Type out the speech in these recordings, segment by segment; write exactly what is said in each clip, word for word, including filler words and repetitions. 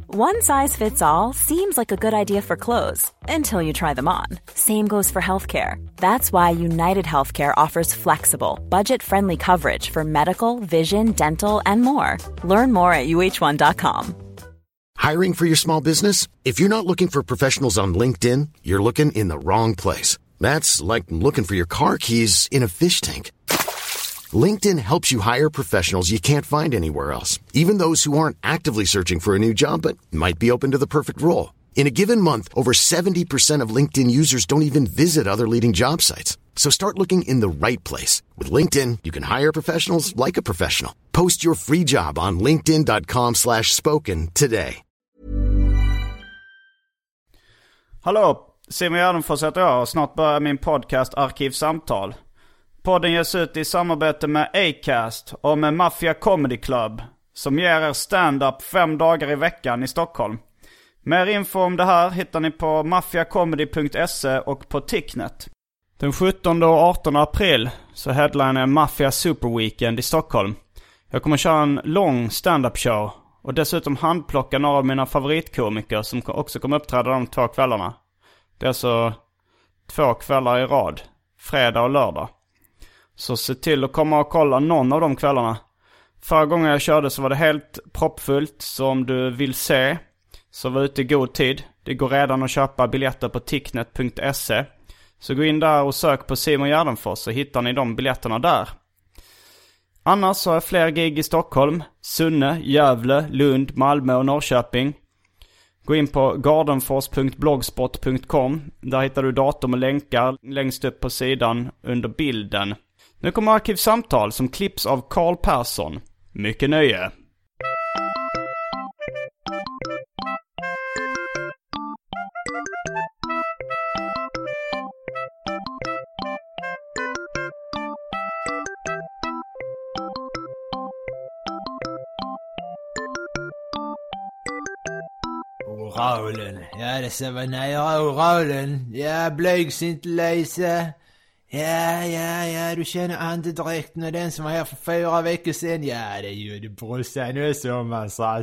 One size fits all seems like a good idea for clothes until you try them on. Same goes for healthcare. That's why United Healthcare offers flexible, budget-friendly coverage for medical, vision, dental, and more. Learn more at U H one dot com. Hiring for your small business? If you're not looking for professionals on LinkedIn, you're looking in the wrong place. That's like looking for your car keys in a fish tank. LinkedIn helps you hire professionals you can't find anywhere else, even those who aren't actively searching for a new job but might be open to the perfect role. In a given month, over seventy percent of LinkedIn users don't even visit other leading job sites. So start looking in the right place. With LinkedIn, you can hire professionals like a professional. Post your free job on linkedin dot com slash spoken today. Hallå, Simon Gärdenfors heter jag och snart börjar min podcast Arkivsamtal. Podden ges ut i samarbete med Acast och med Mafia Comedy Club som ger er stand-up fem dagar i veckan i Stockholm. Mer info om det här hittar ni på mafiacomedy punkt se och på Ticknet. Den sjuttonde och artonde april så headlinar jag Mafia Super Weekend i Stockholm. Jag kommer köra en lång stand-up show och dessutom handplocka några av mina favoritkomiker som också kommer uppträda de två kvällarna. Det är alltså två kvällar i rad, fredag och lördag. Så se till att komma och kolla någon av de kvällarna. Förra gången jag körde så var det helt proppfullt, så om du vill se så var ute i god tid. Det går redan att köpa biljetter på ticknet punkt se. Så gå in där och sök på Simon Gärdenfors så hittar ni de biljetterna där. Annars så har jag fler gig i Stockholm, Sunne, Gävle, Lund, Malmö och Norrköping. Gå in på gardenfors punkt blogspot punkt com. Där hittar du datum och länkar längst upp på sidan under bilden. Nu kommer Arkivsamtal som klipps av Carl Persson. Mycket nöje. Oralen, ja det var nära oralen. Ja, blygs inte Lisa. Ja, ja, ja, du känner andedräkten och den som var här för fyra veckor sedan. Ja, det gjorde brorsan nu som man sa.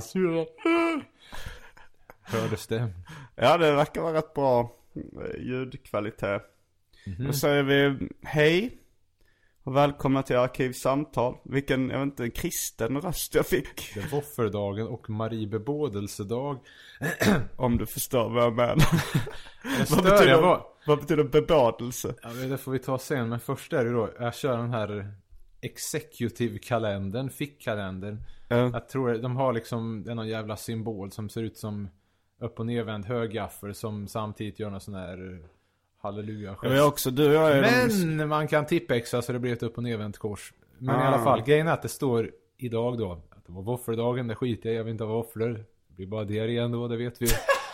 Hördes det? Ja, det verkar vara rätt bra ljudkvalitet. Mm-hmm. Då säger vi hej och välkomna till Arkivsamtal. Vilken, jag vet inte, en kristen röst jag fick. Det var Wofferdagen och Marie bebådelsedag. Om du förstår vad jag menar. Jag vad, betyder, jag var... vad betyder bebådelse? Ja, det får vi ta sen. Men först är det då, jag kör den här executive-kalendern, fickkalendern. Mm. Jag tror de har liksom, det är någon jävla symbol som ser ut som upp- och nervänd högaffel som samtidigt gör någon sån här halleluja. Jag är också, du och jag är Men de... man kan tippexa så det blir ett upp- och nervänt kors. Men ah. i alla fall, grejen är att det står idag då att det var våffeldagen, det skiter jag, jag vill inte ha våfflor. Det blir bara det igen då, det vet vi.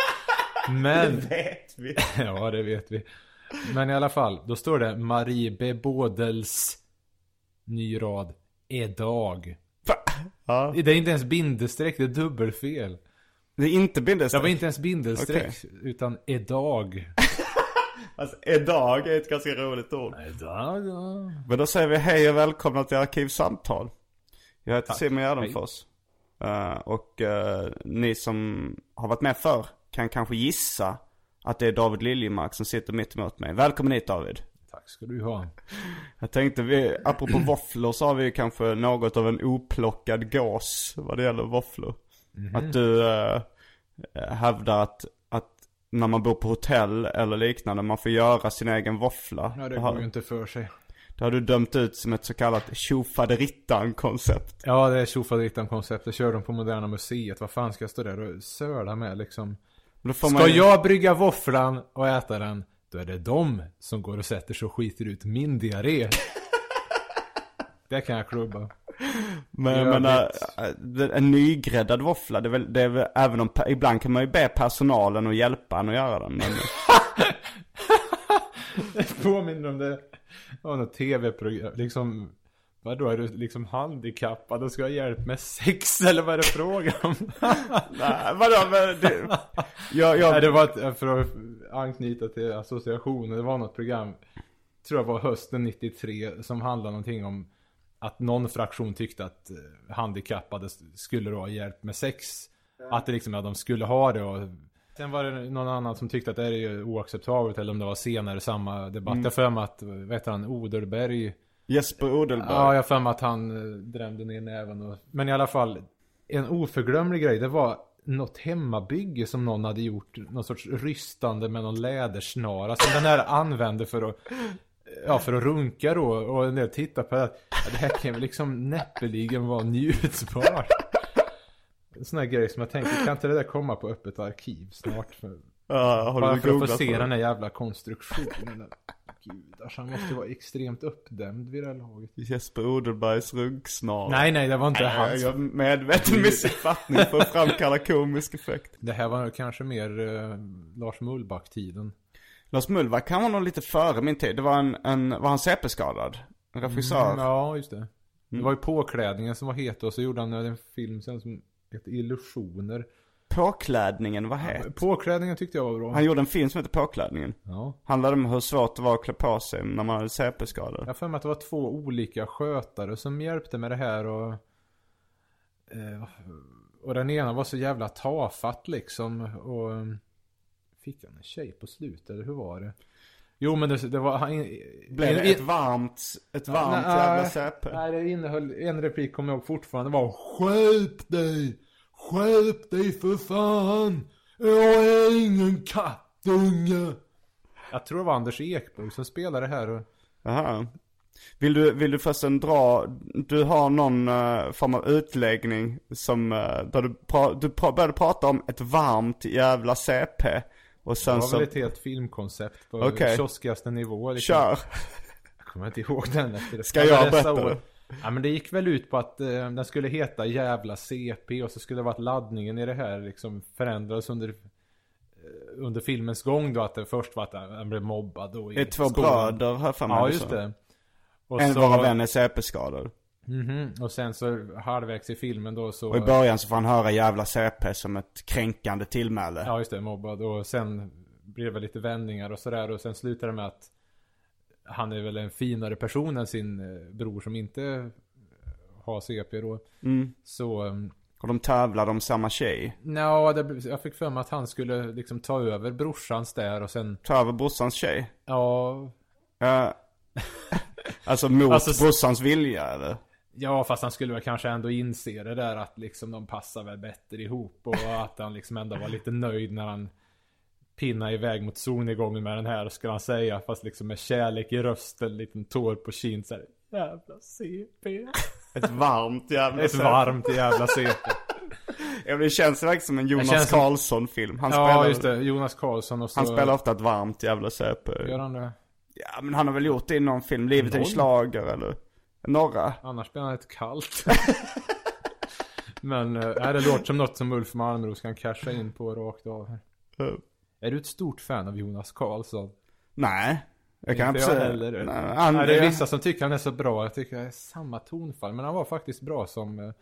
Men det vet vi. Ja, det vet vi. Men i alla fall, då står det Marie Bebådels ny rad idag. Ja. Det är inte ens bindestreck, det är dubbelfel. Det är inte bindestreck. Det var inte ens bindestreck, okay. Utan idag. Alltså, idag är ett ganska roligt ord. Idag, ja. Men då säger vi hej och välkomna till Arkivsamtal. Jag heter Tack. Simon Gärdenfors. Uh, och uh, ni som har varit med förr kan kanske gissa att det är David Liljemark som sitter mitt emot mig. Välkommen hit, David. Tack ska du ha. Jag tänkte, vi, apropå våfflor så har vi kanske något av en oplockad gås vad det gäller våfflor. Mm-hmm. Att du uh, hävdar att, att när man bor på hotell eller liknande man får göra sin egen våffla. Ja, det går ju inte för sig. Det har du dömt ut som ett så kallat tjofaderittan-koncept. Ja, det är tjofaderittan-koncept. Det kör de på Moderna Museet. Vad fan ska jag stå där och söla med liksom? Ska man... jag brygga våfflan och äta den, då är det de som går och sätter sig och skiter ut min diarré. Det kan jag klubba. Men jag menar, en nygräddad våffla, det är väl, det är väl, även om ibland kan man ju be personalen att hjälpa en att göra den. Men... Det påminner om det. Ja, något tv-program. Liksom, vadå, är du liksom handikappad och ska ha hjälp med sex? Eller vad är det frågan om? Nej, vadå, men det... Jag, jag... Nej, det var ett, för att anknyta till associationen. Det var något program, tror jag var hösten nittiotre, som handlade någonting om att någon fraktion tyckte att handikappade skulle ha hjälp med sex. Att det liksom, ja, de skulle ha det. Och sen var det någon annan som tyckte att det är ju oacceptabelt. Eller om det var senare samma debatt. Mm. Jag för mig att, vet han, Odelberg... Jesper Odelberg. Ja, jag för mig att han drämde ner näven. Och, men i alla fall, en oförglömlig grej, det var något hemmabygge som någon hade gjort. Någon sorts rystande med någon lädersnara som den här använde för att... Ja, för att runka då. Och en del tittar på det. Ja, det här kan väl liksom näppeligen vara njutbart. En sån här grej som jag tänker, kan inte det där komma på öppet arkiv snart? För, ja, har bara du för att få se den här jävla konstruktionen. Gud, alltså han måste vara extremt uppdämd vid det här laget. Jesper Odelbergs runksnar. Nej, nej, det var inte nej, hans. Jag är medveten missuppfattning för att framkalla komisk effekt. Det här var kanske mer uh, Lars Mullback-tiden. Lars Mullback, han var nog lite före min tid. Det var en, en var han C P-skadad? En regissör? Mm, ja, just det. Mm. Det var ju påklädningen som var het. Och så gjorde han en film sen som heter Illusioner. Påklädningen var het? Ja, påklädningen tyckte jag var bra. Han gjorde en film som heter Påklädningen. Ja. Handlade om hur svårt det var att klä på sig när man hade C P-skador. Jag för mig att det var två olika skötare som hjälpte med det här. Och, eh, och den ena var så jävla tafatt liksom. Och... Fick han en tjej på slutet, eller hur var det? Jo, men det, det var... Han, blev det ett varmt, ett varmt nej, jävla C P? Nej, det innehöll... En replik kommer jag ihåg fortfarande var: skärp dig! Skärp dig för fan! Jag är ingen kattunge! Jag tror det var Anders Ekborg som spelade här. Och... Aha. Vill du, vill du förresten dra... Du har någon uh, form av utläggning som... Uh, där du, pra, du pra, började prata om ett varmt jävla C P. Och sen det var så... väl ett helt filmkoncept på okay. kioskigaste nivå. Liksom. Kör! Jag kommer inte ihåg den efter det. Ska jag berätta? Ja, men det gick väl ut på att uh, den skulle heta jävla C P. Och så skulle det vara att laddningen i det här liksom förändrades under... Uh, under filmens gång då. Att det först var att han blev mobbad då i det är två skolan. bröder här för mig. Ja, just det. Och en så... var vän är C P-skadad. Mm-hmm. Och sen så halvvägs i filmen då så... Och i början så får han höra jävla C P som ett kränkande tillmäle. Ja, just det, mobbad. Och sen blir det väl lite vändningar och sådär. Och sen slutar det med att han är väl en finare person än sin bror som inte har C P då. Mm. Så... Och de tävlade om samma tjej. Ja, det, jag fick för mig att han skulle liksom ta över brorsans där och sen... Ta över brorsans tjej? Ja... Uh, alltså mot alltså, brorsans vilja, eller? Ja, fast han skulle väl kanske ändå inse det där att liksom de passar väl bättre ihop. Och att han liksom ändå var lite nöjd när han pinnar iväg mot solnedgången med den här. Och skulle han säga, fast liksom med kärlek i rösten, liten tår på kind så här, jävla C P. Ett varmt jävla Ett C P. varmt jävla C P. Ja, det känns verkligen som en Jonas Karlsson-film. Han ja, spelar, just det. Jonas Karlsson och så... Han spelar ofta ett varmt jävla C P. Gör han det? Ja, men han har väl gjort det i någon film. Livet är en schlager, eller... Några. Annars spelar han ett kallt. Men äh, det låter som något som Ulf Malmros kan casha in på rakt av här. Uh. Är du ett stort fan av Jonas Karlsson? Nej. Jag kan inte inte säga. Heller. Nej, han, Nej, det är vissa som tycker han är så bra. Jag tycker det är samma tonfall. Men han var faktiskt bra som uh,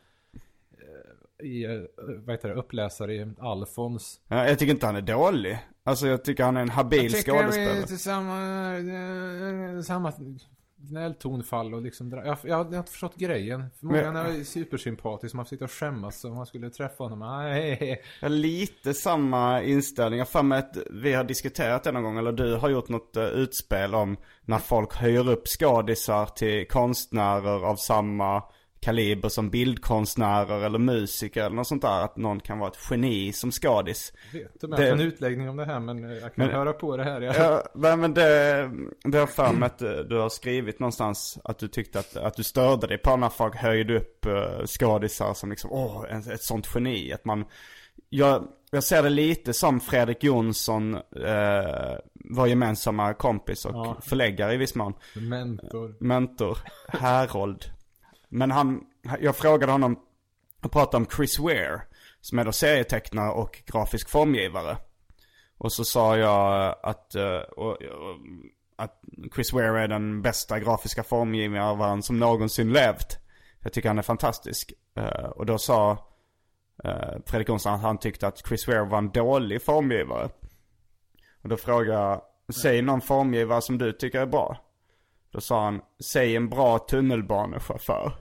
i, uh, vad heter det, uppläsare i Alfons. Ja, jag tycker inte han är dålig. Alltså jag tycker han är en habil skådespelare. Jag tycker samma, uh, samma gnälltonfall och liksom... Jag, jag, jag har inte förstått grejen. Förmodligen är han supersympatisk. Man sitter och skämmas om man skulle träffa honom. Nej. Jag har lite samma inställning. Jag för mig att vi har diskuterat det någon gång. Eller du har gjort något uh, utspel om när folk höjer upp skådisar till konstnärer av samma kaliber som bildkonstnärer eller musiker eller något sånt där. Att någon kan vara ett geni som skådis. Jag vet inte om jag har en utläggning om det här, men jag kan men, höra på det här. Ja, ja men det, det har för mig att du har skrivit någonstans att du tyckte att, att du störde dig på när folk höjde upp uh, skådisar som liksom, åh, oh, ett sånt geni. Att man, jag, jag ser det lite som Fredrik Jonsson, uh, var gemensamma kompis och ja. förläggare i viss mån. Mentor. Mentor, Härold. Men han, jag frågade honom och pratade om Chris Ware, som är då serietecknare och grafisk formgivare. Och så sa jag att, och, och, att Chris Ware är den bästa grafiska formgivaren som någonsin levt. Jag tycker han är fantastisk. Och då sa Fredrik Jonsson att han tyckte att Chris Ware var en dålig formgivare. Och då frågade jag, säg någon formgivare som du tycker är bra. Då sa han, säg en bra tunnelbanechaufför.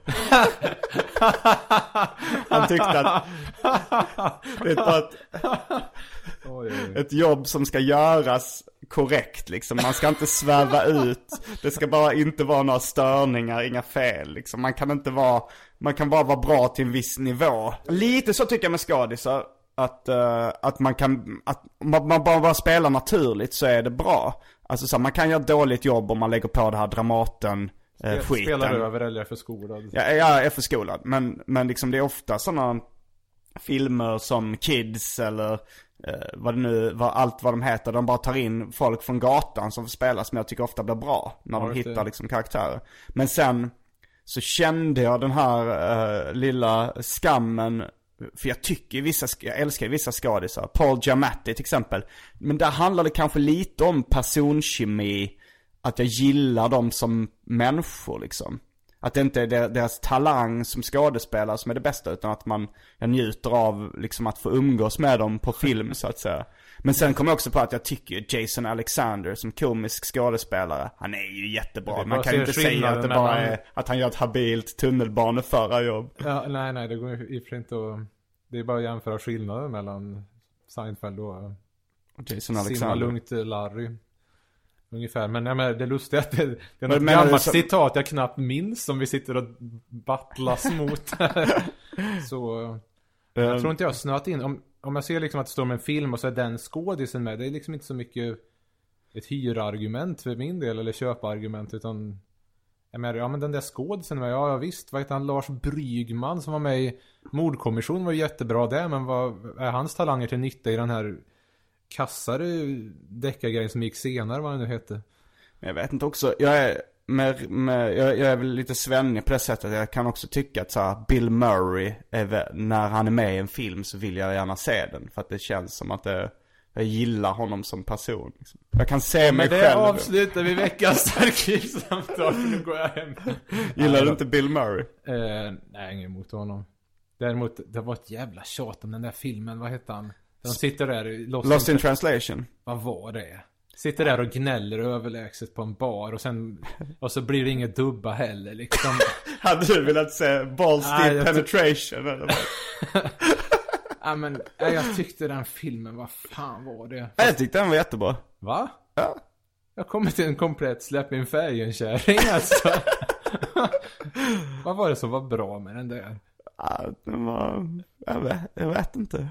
Han tyckte att det är ett, ett jobb som ska göras korrekt liksom. Man ska inte sväva ut. Det ska bara inte vara några störningar, inga fel liksom. Man kan inte vara, man kan bara vara bra till en viss nivå. Lite så tycker jag med skådisar. Att, uh, att man kan, att man, man bara, bara spelar naturligt så är det bra. Alltså så man kan göra ett dåligt jobb om man lägger på det här Dramaten uh, skiten. Spelar du över eller är för skolad? Ja, jag är för skolad. Men, men liksom det är ofta sådana filmer som Kids eller uh, vad det nu, vad, allt vad de heter. De bara tar in folk från gatan som får spela, som jag tycker ofta blir bra. När ja, de hittar liksom karaktärer. Men sen så kände jag den här uh, lilla skammen. För jag tycker vissa, jag älskar vissa skådisar. Paul Giamatti till exempel. Men där handlar det kanske lite om personkemi. Att jag gillar dem som människor liksom. Att det inte är deras talang som skådespelare som är det bästa. Utan att man, jag njuter av liksom att få umgås med dem på film så att säga. Men sen kommer jag också på att jag tycker Jason Alexander som komisk skådespelare, han är ju jättebra. Man kan ju inte säga att det bara är att han gör ett habilt tunnelbaneförarjobb. Ja, nej, nej, det går ju i och för sig inte att... Det är bara att jämföra skillnaden mellan Seinfeld och Jason Alexander. Simma lugnt Larry. Ungefär, men jag menar, det är lustigt att det, det är något gammalt så... citat jag knappt minns som vi sitter och battlas mot. Så um... jag tror inte jag har snöat in. Om, om jag ser liksom att det står med en film och så är den skådisen med, det är liksom inte så mycket ett hyrargument för min del eller köpargument, utan jag menar, ja men den där skådisen med, ja, ja visst, vad heter han, Lars Brygman som var med i Mordkommission var jättebra där, men vad är hans talanger till nytta i den här kassare deckargrejen som gick senare, vad det nu heter? Jag vet inte också, jag är med, med, jag, jag är väl lite svennig på det sättet. Jag kan också tycka att så här, Bill Murray är, när han är med i en film så vill jag gärna se den, för att det känns som att det, jag gillar honom som person liksom. Jag kan se ja, mig men det själv. avslutar vi veckans arkivsamtal. Nu går jag hem. Gillar nej, du inte Bill Murray? Eh, nej, ingen emot honom. Däremot, det var ett jävla tjat om den där filmen. Vad heter han? De sitter där Lost, Lost in, in Translation. Vad var det? Sitter där och gnäller överlägset på en bar och sen och så blir det inget dubba heller liksom. Hade du velat se Balls Deep Penetration eller vad? Ja, men jag tyckte den filmen, vad fan var det? Fast... Jag tyckte den var jättebra. Va? Ja. Jag kommer till en komplett släpp in färgenkärring alltså. Vad var det som var bra med den där? Ja, den var... Jag vet, jag vet inte.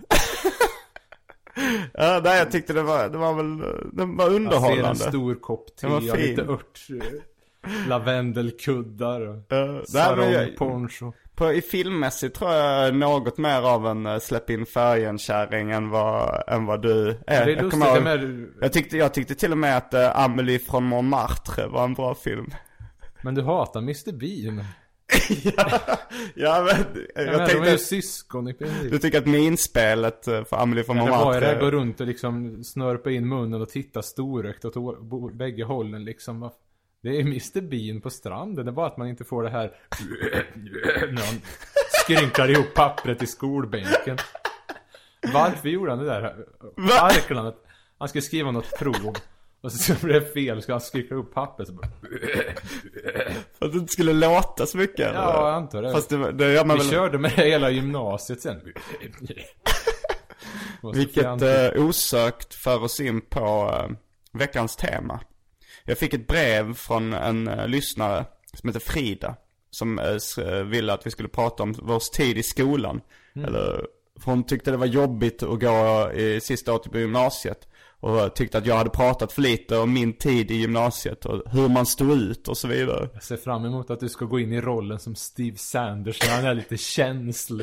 Ja, nej, jag tyckte det var, det var väl, den var underhållande. Jag ser en stor kopp te och lite ört, lavendelkuddar och uh, sarongponcho. På, i filmmässigt tror jag något mer av en uh, släpp in färgenkärring än vad, än vad du är. Det är lustigt, jag, med... jag, tyckte, jag tyckte till och med att uh, Amelie från Montmartre var en bra film. Men du hatar mister Bean. ja, ja, men jag, jag tänkte... De är ju syskon i princip. Du tycker att minspelet för Amelie från Montmartre... Ja, det var ju det, gå runt och liksom snörpa in munnen och titta storökt åt bägge hållen liksom. Det är mister Bean på stranden. Det är bara att man inte får det här när han skrynklar ihop pappret i skolbänken. Varför gjorde han det där? Arken, han skulle skriva något prov och så blev det fel, så han skrynkla ihop pappret så bara... För att det inte skulle låta så mycket. Ja, eller? Jag antar det. Fast det, det gör man Vi väl... körde med hela gymnasiet sen. Vilket uh, osökt för oss in på uh, veckans tema. Jag fick ett brev från en uh, lyssnare som heter Frida, som uh, ville att vi skulle prata om vår tid i skolan. Mm. Eller, för hon tyckte det var jobbigt att gå i sista året på gymnasiet. Och tyckte att jag hade pratat för lite om min tid i gymnasiet och hur man stod ut och så vidare. Jag ser fram emot att du ska gå in i rollen som Steve Sanders när han är lite känslig.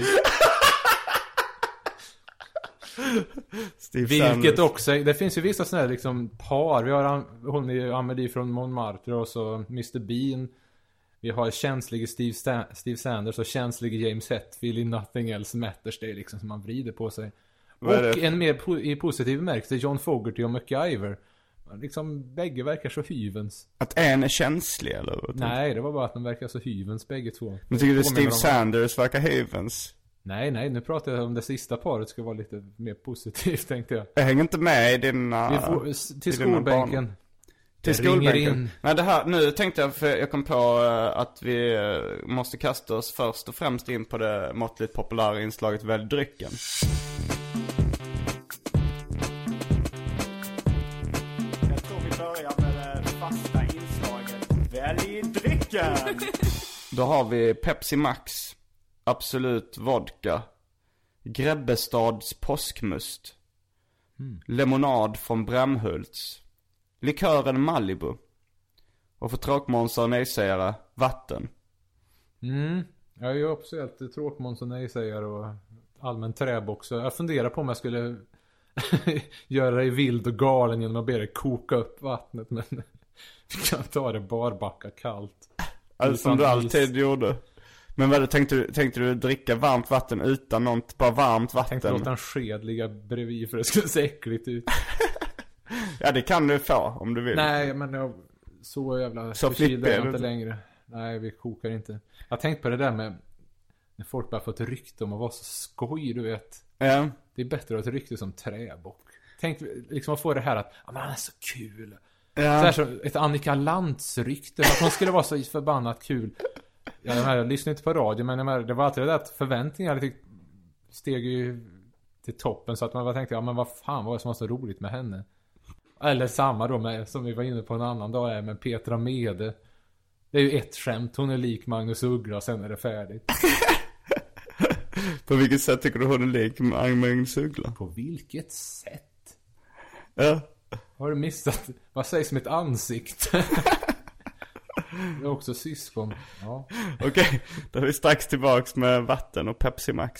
Steve Vilket Sanders. Också, det finns ju vissa sådana här liksom par. Vi har hon är Amelie från Montmartre och så mister Bean. Vi har känslig Steve, Sta- Steve Sanders och känslig James Hetfield i Nothing Else Matters. Det är liksom som man vrider på sig. Och en mer po- i positiv märkelse John Fogerty och MacGyver. Liksom bägge verkar så hyvens. Att en är känslig eller? Nej, det var bara att de verkar så hyvens bägge två. Men tycker du Steve Sanders verkar hyvens? Nej, nej, nu pratar jag om det sista paret ska vara lite mer positivt, tänkte jag. Jag hänger inte med i dina... Vi får, till skolbänken. Till skolbänken. Nej, det här, nu tänkte jag, för jag kom på uh, att vi uh, måste kasta oss först och främst in på det måttligt populära inslaget Välj drycken. Jag tror vi börjar med det fasta inslaget Välj drycken. Då har vi Pepsi Max, Absolut Vodka, Grebbestads påskmust, mm. Lemonad från Brämhults, likören Malibu. Och för tråkmånsar och nejsägare, vatten. Mm. Jag är ju också helt tråkmånsar och nejsägare och allmän träbox. Jag funderar på om jag skulle göra dig vild och galen genom att be dig koka upp vattnet. Men vi kan ta det barbacka kallt. Alltså som du alltid gjorde. Men vad tänkte du, tänkte du dricka varmt vatten utan något, bara varmt vatten? Tänkte låta en sked ligga bredvid för det skulle se äckligt ut. Ja, det kan du få om du vill. Nej, men jag, så jävla så flippig är jag inte längre. Nej, vi kokar inte. Jag tänkte på det där med när folk bara får ett rykte om att vara så skoj, du vet. Ja. Det är bättre att ha ett rykte som träbock. Tänk liksom att få det här att ah, man är så kul. Ja. Så här, så ett Annika Lantz rykte att hon skulle vara så förbannat kul. Ja, jag, jag lyssnade inte på radio, men jag, det var alltid det där att förväntningar steg ju till toppen, så att man bara tänkte, ja men vad fan var det som var så roligt med henne? Eller samma då med, som vi var inne på en annan dag, är med Petra Mede. Det är ju ett skämt, hon är lik Magnus Uggla och sen är det färdigt. På vilket sätt tycker du hon är lik Magnus Uggla? På vilket sätt? Ja. Har du missat? Vad sägs med ett ansikte? Det är också syskon. Ja. Okej, okay, då är vi strax tillbaks med vatten och Pepsi Max.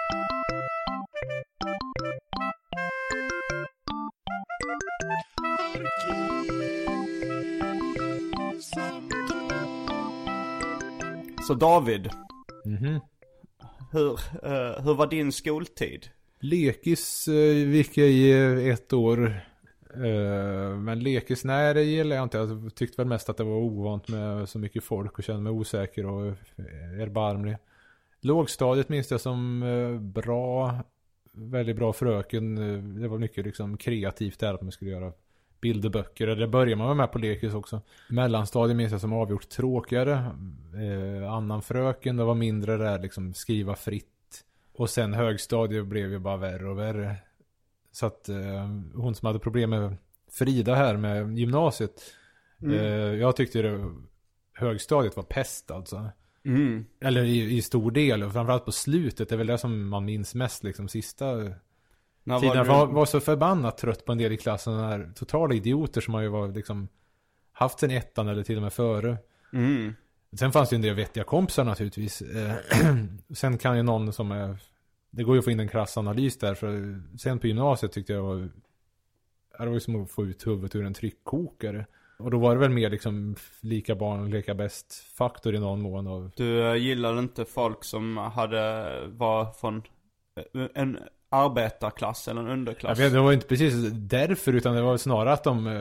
Så David, mm-hmm. hur, uh, hur var din skoltid? Lekis uh, gick jag i ett år. Uh, men lekis, nej det gillar jag inte. Jag tyckte väl mest att det var ovant med så mycket folk och kände mig osäker och erbarmlig. Lågstadiet minns jag som uh, bra, väldigt bra fröken. Uh, det var mycket liksom kreativt där att man skulle göra bilderböcker. Det börjar man med på lekis också. Mellanstadiet minns jag som avgjort tråkigare. Uh, annan fröken, det var mindre där liksom skriva fritt. Och sen högstadiet blev ju bara värre och värre. Så att eh, hon som hade problem med Frida här med gymnasiet. Mm. Eh, jag tyckte det högstadiet var pest alltså. Mm. Eller i, i stor del. Och framförallt på slutet. Det är väl det som man minns mest liksom sista När tiden. Jag var, var så förbannat trött på en del i klassen. Här totala idioter som har ju var, liksom, haft sen ettan eller till och med före. Mm. Sen fanns det ju en del vettiga kompisar naturligtvis. Eh, sen kan ju någon som är... Det går ju att få in en krassanalys där. För sen på gymnasiet tyckte jag var... Det var ju som att få ut huvudet ur en tryckkokare. Och då var det väl mer liksom lika barn, lika bäst faktor i någon mån av... Du gillade inte folk som hade var från en arbetarklass eller en underklass? Jag vet, det var inte precis därför, utan det var snarare att de...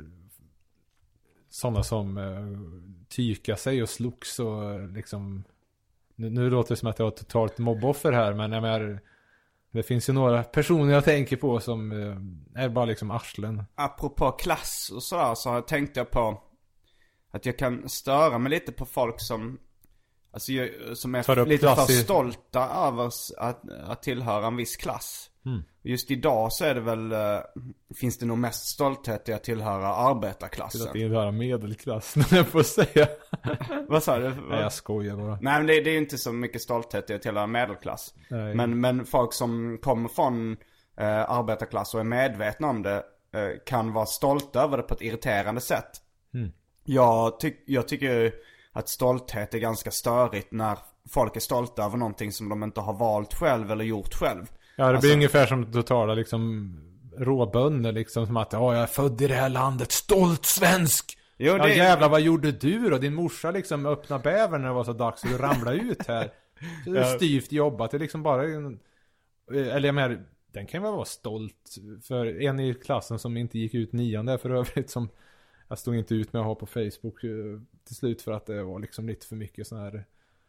Sådana som tyka sig och slogs och liksom... Nu, nu låter det som att jag var totalt mobboffer här, men jag menar, det finns ju några personer jag tänker på som eh, är bara liksom arslen. Apropå klass och sådär, så tänkte jag på att jag kan störa mig lite på folk som, alltså, som är lite för stolta över att, att tillhöra en viss klass. Mm. Just idag så är det väl, äh, finns det nog mest stolthet i att tillhöra arbetarklassen. Till att tillhöra medelklassen, jag får säga. Vad sa du? Nej, jag skojar bara. Nej, men det, det är inte så mycket stolthet i att tillhöra medelklass. Men, men folk som kommer från äh, arbetarklass och är medvetna om det äh, kan vara stolta över det på ett irriterande sätt. Mm. Jag, ty- jag tycker att stolthet är ganska störigt när folk är stolta över någonting som de inte har valt själv eller gjort själv. Ja, det blir alltså ungefär som totala liksom råbönder liksom, som att ja, jag är född i det här landet, stolt svensk. Jo, det... Ja, jävlar, vad gjorde du då? Din morsa liksom öppnade bävern när det var så dags och du ramlade ut här. Så det är styvt jobbat. Det är liksom bara en... Eller jag menar, den kan väl vara stolt för en i klassen som inte gick ut nian där för övrigt, som jag stod inte ut med att ha på Facebook till slut för att det var liksom lite för mycket sån här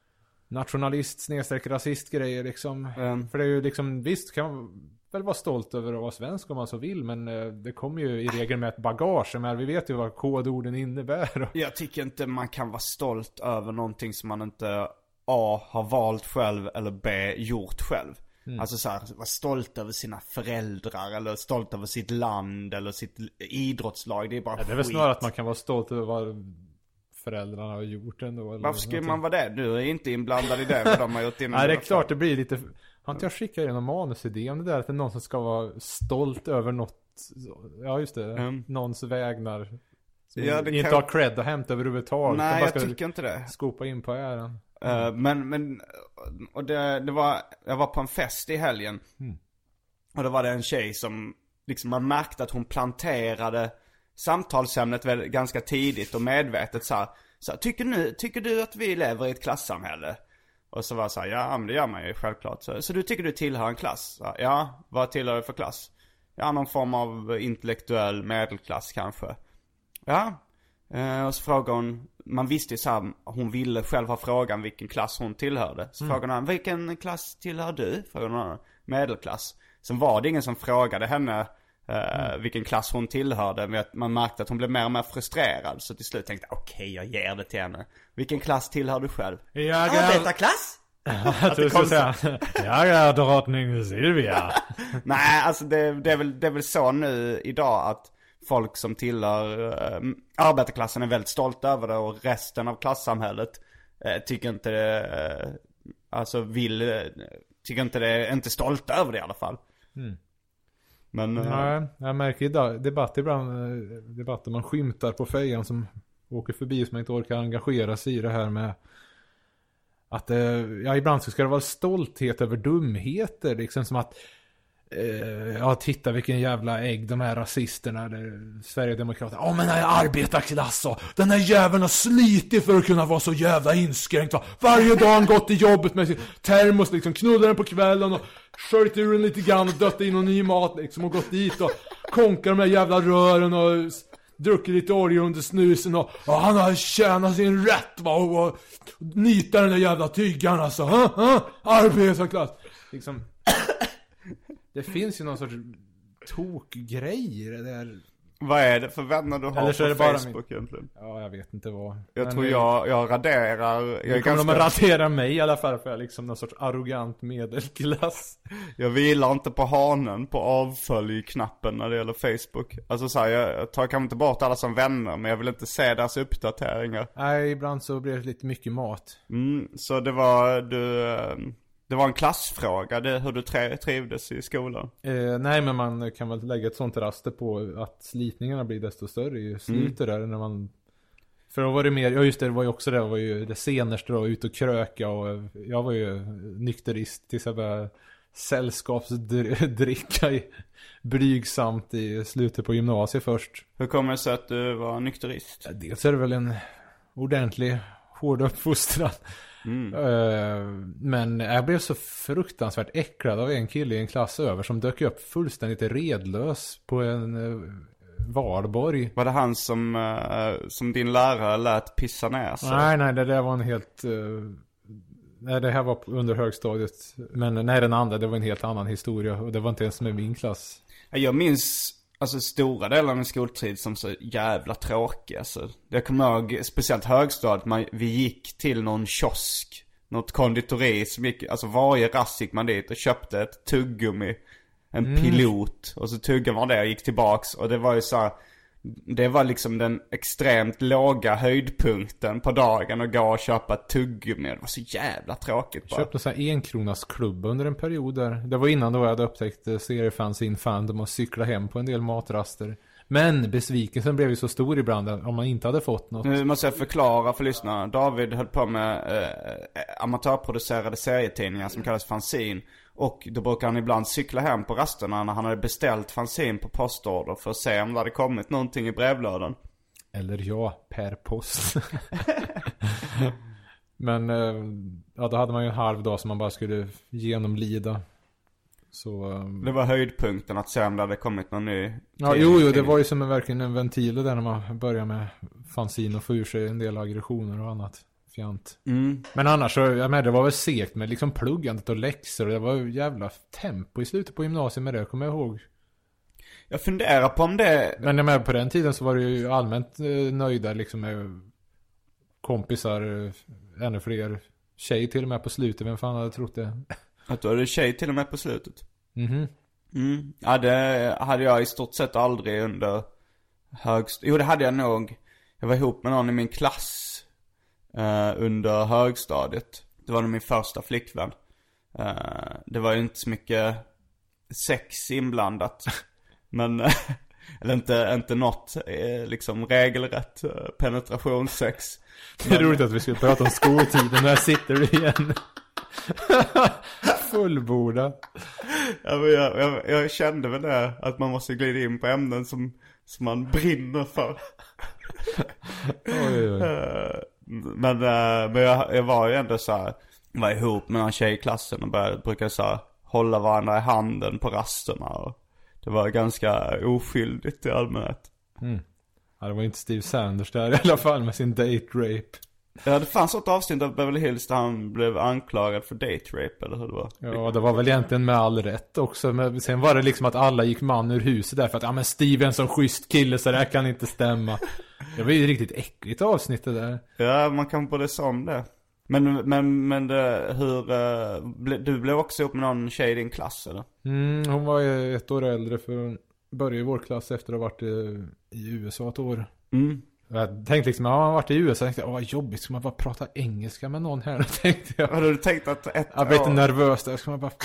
nationalist snedstreck rasist grejer liksom. Mm. För det är ju liksom, visst kan man väl vara stolt över att vara svensk om man så vill, men det kommer ju i regel med ett bagage, men vi vet ju vad kodorden innebär. Jag tycker inte man kan vara stolt över någonting som man inte A har valt själv eller B gjort själv. Mm. Alltså så här, vara stolt över sina föräldrar eller stolt över sitt land eller sitt idrottslag. Det är bara ja, det är väl snarare att man kan vara stolt över vad föräldrarna har gjort ändå. Eller varför skulle man vara det? Du är inte inblandad i det vad de har gjort innan. Nej, det är klart det blir lite. Har inte jag skickat in någon manusidé om det där att det är någon som ska vara stolt över något. Ja just det, mm. någons vägnar. Ja, det inte kan... har cred att hämta överhuvudtaget. Nej, jag tycker inte det. Skopa in på äran. Uh, men men och det, det var jag var på en fest i helgen. Mm. Och då var det en tjej som liksom man märkte att hon planterade samtalsämnet väl ganska tidigt och medvetet så här, så här, tycker nu tycker du att vi lever i ett klassamhälle? Och så var så här, ja men det gör man ju självklart. Så, så du tycker du tillhör en klass? Så, ja, vad tillhör du för klass? Ja, någon form av intellektuell medelklass kanske. Ja. Uh, och så frågade hon, man visste ju så här, hon ville själv ha frågan vilken klass hon tillhörde. Så mm. frågade hon, vilken klass tillhör du? Frågade hon, medelklass. Sen var det ingen som frågade henne uh, mm. vilken klass hon tillhörde. Men man märkte att hon blev mer och mer frustrerad. Så till slut tänkte jag, okej okay, jag ger det till henne. Vilken klass tillhör du själv? Jag är... Arbetarklass? Jag tror jag säga, jag är drottning Silvia. Nej, alltså det, det, är väl, det är väl så nu idag att folk som tillhör äh, arbetarklassen är väldigt stolta över det och resten av klassamhället äh, tycker inte det, äh, alltså vill, äh, tycker inte det, är inte stolta över det i alla fall. Mm. Men äh, ja, jag märker idag debatt ibland, äh, debatter man skymtar på fejan som åker förbi som inte orkar engagera sig i det här med att äh, ja, ibland så ska det vara stolthet över dumheter liksom som att Uh, ja, titta vilken jävla ägg de här rasisterna, Sverigedemokraterna. Ja, oh, men den här arbetarklass och den här jäveln har slitit för att kunna vara så jävla inskränkt. Va? Varje dag han gått till jobbet med sin termos, liksom knullar den på kvällen och sköljt ur den lite grann och dött in någon ny mat liksom, och gått dit och konkar de här jävla rören och druckit lite olja under snusen och, och han har tjänat sin rätt va, och, och nitar den där jävla tyggarna alltså. Ha? Ha? Arbetarklass liksom. Det finns ju någon sorts tokgrejer där. Vad är det för vänner du har på Facebook min... egentligen? Ja, jag vet inte vad. Jag men tror jag, jag raderar... Jag kommer ganska... de att radera mig i alla fall för jag är liksom någon sorts arrogant medelklass. Jag vilar inte på hanen på avfölj-knappen när det gäller Facebook. Alltså så här, jag tar kanske inte bort alla som vänner, men jag vill inte se deras uppdateringar. Nej, ibland så blir det lite mycket mat. Mm, så det var... du. Det var en klassfråga, det, hur du trivdes i skolan. Eh, nej, men man kan väl lägga ett sånt raster på att slitningarna blir desto större i slutet mm. där när man... För då var det mer, ja just det, det var ju också det, var ju det senaste då, ut och kröka och jag var ju nykterist tills jag började sällskapsdricka i, blygsamt i slutet på gymnasiet först. Hur kommer det sig att du var nykterist? Ja, dels är det väl en ordentlig hård uppfostran. Mm. Uh, men jag blev så fruktansvärt äcklad av en kille i en klass över som dök upp fullständigt redlös på en uh, Valborg. Var det han som, uh, som din lärare lät pissa ner sig? Nej, nej, det där var en helt... Uh, nej, det här var under högstadiet. Men nej, den andra, det var en helt annan historia. Och det var inte ens med min klass. Jag minns... Alltså stora delar av min skoltid som så jävla tråkiga. Alltså, jag kommer ihåg, speciellt högstadiet, man, vi gick till någon kiosk, något konditori som gick, alltså varje rast gick man dit och köpte ett tuggummi, en mm. pilot, och så tuggade man det och gick tillbaks. Och det var ju så här, det var liksom den extremt låga höjdpunkten på dagen att gå och köpa ett tuggummi. Det var så jävla tråkigt bara. Jag köpte så här en kronas klubb under en period där. Det var innan då jag hade upptäckt seriefans in Fandom och cykla hem på en del matraster. Men besvikelsen blev ju så stor ibland om man inte hade fått något. Nu måste jag förklara för lyssnarna. David höll på med eh, amatörproducerade serietidningar som kallas fanzine. Och då brukar han ibland cykla hem på rasterna när han hade beställt fanzine på postorder för att se om det hade kommit någonting i brevlådan. Eller ja, per post. Men ja, då hade man ju en halv dag som man bara skulle genomlida. Så, um... det var höjdpunkten att se om det hade kommit någon ny. Ja, jo, jo, det var ju som en, verkligen en ventil där när man började med fanzine och få ur sig en del aggressioner och annat. fjant. Mm. Men annars så, jag menar, det var väl segt med liksom pluggandet och läxor. Och det var ju jävla tempo i slutet på gymnasiet med det, jag kommer ihåg. Jag funderar på om det... Men jag menar, på den tiden så var det ju allmänt eh, nöjda liksom med kompisar, eh, ännu fler tjej till och med på slutet. Vem fan hade trott det? Att du hade tjej till och med på slutet? Mhm. Mm. Ja, det hade jag i stort sett aldrig under högst... Jo, det hade jag nog. Jag var ihop med någon i min klass eh, under högstadiet. Det var nog min första flickvän. Eh, det var ju inte så mycket sex inblandat. Men, eller inte, inte något eh, liksom regelrätt eh, penetrationssex. Det är roligt att vi skulle prata om skoltiden. Där sitter du igen. Fullborda. Ja, men jag, jag, jag kände väl det, att man måste glida in på ämnen som, som man brinner för. Oj, oj. Men, men jag, jag var ju ändå så här, var ihop med en tjej i klassen och började, brukade så här, hålla varandra i handen på rasterna. Och det var ganska oskyldigt i allmänhet. Mm. Ja, det var inte Steve Sanders där i alla fall med sin date rape. Ja, det fanns ett avsnitt av Beverly Hills där han blev anklagad för date rape, eller hur det var? Ja, det var väl egentligen med all rätt också. Men sen var det liksom att alla gick man ur huset därför att ja, men Steve är en sån schysst kille så det här kan inte stämma. Det var ju riktigt äckligt avsnitt det där. Ja, man kan både som det. Men, men, men det, hur... Uh, ble, du blev också ihop med någon tjej i din klass, eller? Mm, hon var ju ett år äldre för hon började i vår klass efter att ha varit i, i U S A ett år. Mm. Jag tänkte liksom, ja, man har varit i U S A. Jag tänkte, åh vad jobbigt, ska man bara prata engelska med någon här? Då tänkte jag. Hade du tänkt att ett Jag blev lite nervös där, ska man bara...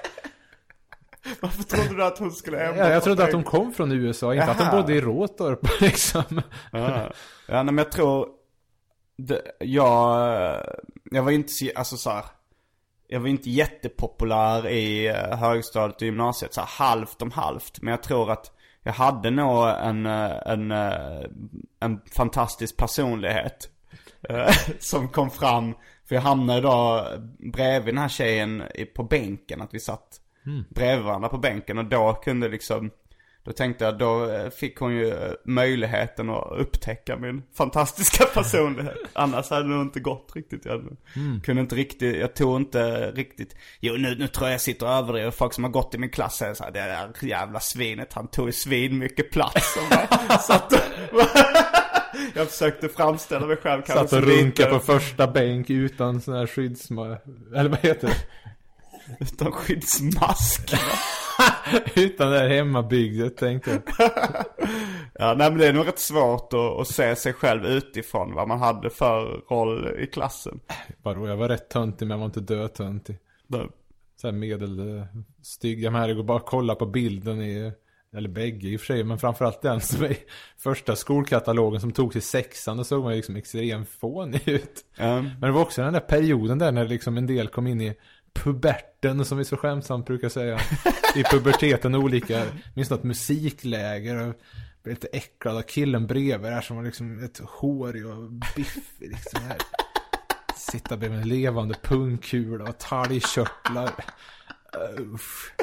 Varför trodde du att hon skulle hem? Ja, jag trodde att hon kom från U S A, inte Aha. att hon bodde i Råtorp liksom. Ja, ja men jag tror det, jag jag var inte alltså så här, jag var inte jättepopulär i högstadiet och gymnasiet, så här, halvt om halvt, men jag tror att jag hade nog en en en fantastisk personlighet som kom fram, för jag hamnade då bredvid den här tjejen på bänken, att vi satt Mm. bredvid varandra på bänken, och då kunde liksom, då tänkte jag, då fick hon ju möjligheten att upptäcka min fantastiska personlighet. Annars hade det nog inte gått riktigt. Jag mm. kunde inte riktigt, jag tog inte riktigt, jo nu, nu tror jag jag sitter över det, och folk som har gått i min klass säger så här, det där jävla svinet, han tog ju svin mycket plats. Så att, jag försökte framställa mig själv. Satt och runka på första bänk utan sån här skyddsma, eller vad heter det? Utan skyddsmask. Utan det här hemmabygget, tänkte jag. Ja, nej, men det är nog rätt svårt att, att se sig själv utifrån vad man hade för roll i klassen. Vadå, jag var rätt töntig, men jag var inte dödtöntig. Så här medelstygg. Jag menar, det går bara att kolla på bilden i, eller bägge i och för sig, men framförallt den som är första skolkatalogen som tog till sexan, och såg man liksom extremt fånig ut. Mm. Men det var också den där perioden där när liksom en del kom in i puberten, som vi så skämtsamt brukar säga, i puberteten, olika, minst något musikläger, och blev lite äcklad av killen bredvid där som var liksom ett hårig och biffig liksom här. Sitta bredvid en levande pungkula och talgkörtlar. Uff.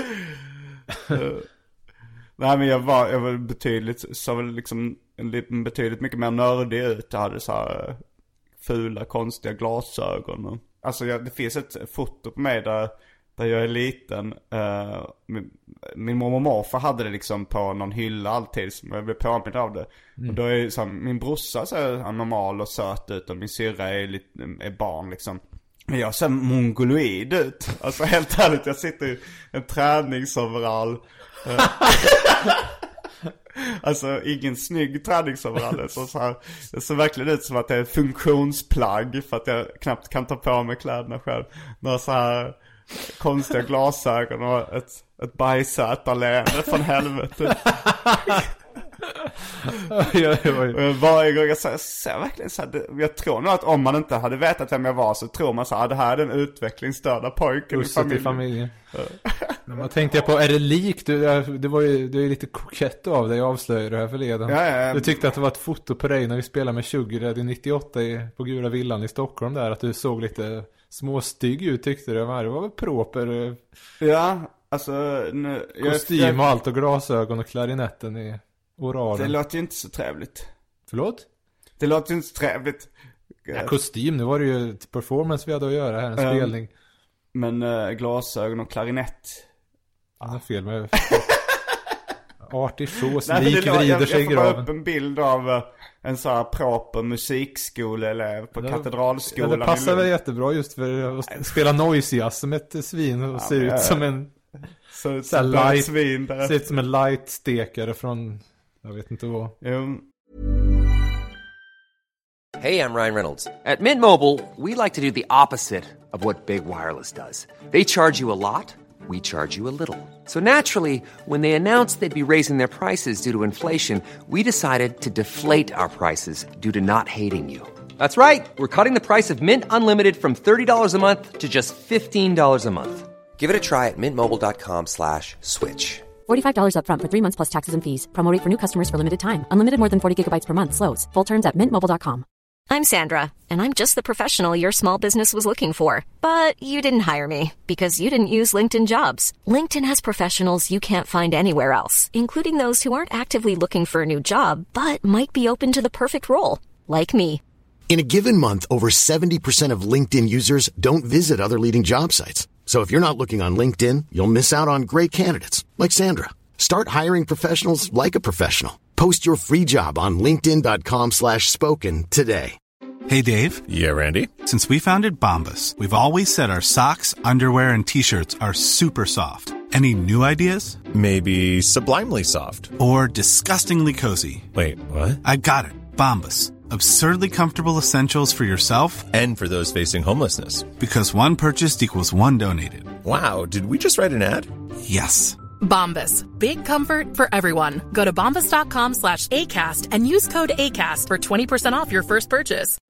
Nej, men jag var, jag var betydligt, så väl liksom en betydligt mycket mer nördig ut. Jag hade så här fula, konstiga glasögon och, alltså jag, det finns ett foto på mig där, där jag är liten. Uh, min, min mormor och morfar hade det liksom på någon hylla alltid, som jag blev påmind av det. Mm. Och då är så här, min brorsa så är normal och söt ut, och min syrra är, lite, är barn liksom. Men jag ser mongoloid ut. Alltså helt ärligt, jag sitter i en träningsoverall. Alltså ingen snygg träningsoverall, så, så här, det ser verkligen ut som att det är ett funktionsplagg, för att jag knappt kan ta på mig kläderna själv. Några så här konstiga glasögon och ett, ett bajsätarleende från helvete. Varje gång jag säger, säger verkligen så här, jag tror nog att om man inte hade vetat vem jag var, så tror man så här, det här är den utvecklingsstörda pojken i familjen. familjen. Men man tänkte jag på, är det likt? Du, det var ju, det är ju lite kokett av dig att avslöja det här förleden. Ja, ja, ja. Du tyckte att det var ett foto på dig när vi spelade med Sugar nittioåtta i, på Gula Villan i Stockholm där, att du såg lite småstygg ut, tyckte du. Det var väl proper. Ja, alltså nu, kostym jag, jag, och allt, och glasögon och klarinetten i oralen. Det låter ju inte så trevligt. Förlåt? Det låter ju inte så trevligt. Ja, kostym, nu var det ju ett performance vi hade att göra här, en um, spelning. Men uh, glasögon och klarinett. Ja, ah. fel med artig sås, lik vrider sig i graven. Jag får upp en bild av uh, en sån här proper musikskoleelev på ja, Katedralskolan. Ja, det passar väl jättebra just för att spela noisiga som ett svin och ja, ser ut som en så, så light, svin där. Ser ut som en light stekare från, jag vet inte vad. Jo. Hey, I'm Ryan Reynolds. At Mint Mobile, we like to do the opposite of what Big Wireless does. They charge you a lot, we charge you a little. So naturally, when they announced they'd be raising their prices due to inflation, we decided to deflate our prices due to not hating you. That's right. We're cutting the price of Mint Unlimited from thirty dollars a month to just fifteen dollars a month. Give it a try at mintmobile.com slash switch. forty-five dollars up front for three months plus taxes and fees. Promo rate for new customers for limited time. Unlimited more than forty gigabytes per month. Slows full terms at mint mobile dot com. I'm Sandra, and I'm just the professional your small business was looking for. But you didn't hire me because you didn't use LinkedIn Jobs. LinkedIn has professionals you can't find anywhere else, including those who aren't actively looking for a new job, but might be open to the perfect role, like me. In a given month, over seventy percent of LinkedIn users don't visit other leading job sites. So if you're not looking on LinkedIn, you'll miss out on great candidates like Sandra. Start hiring professionals like a professional. Post your free job on linkedin dot com slash spoken today. Hey, Dave. Yeah, Randy. Since we founded Bombas, we've always said our socks, underwear, and T-shirts are super soft. Any new ideas? Maybe sublimely soft. Or disgustingly cozy. Wait, what? I got it. Bombas. Absurdly comfortable essentials for yourself and for those facing homelessness. Because one purchased equals one donated. Wow, did we just write an ad? Yes. Bombas. Big comfort for everyone. Go to bombas dot com slash ACAST and use code ACAST for twenty percent off your first purchase.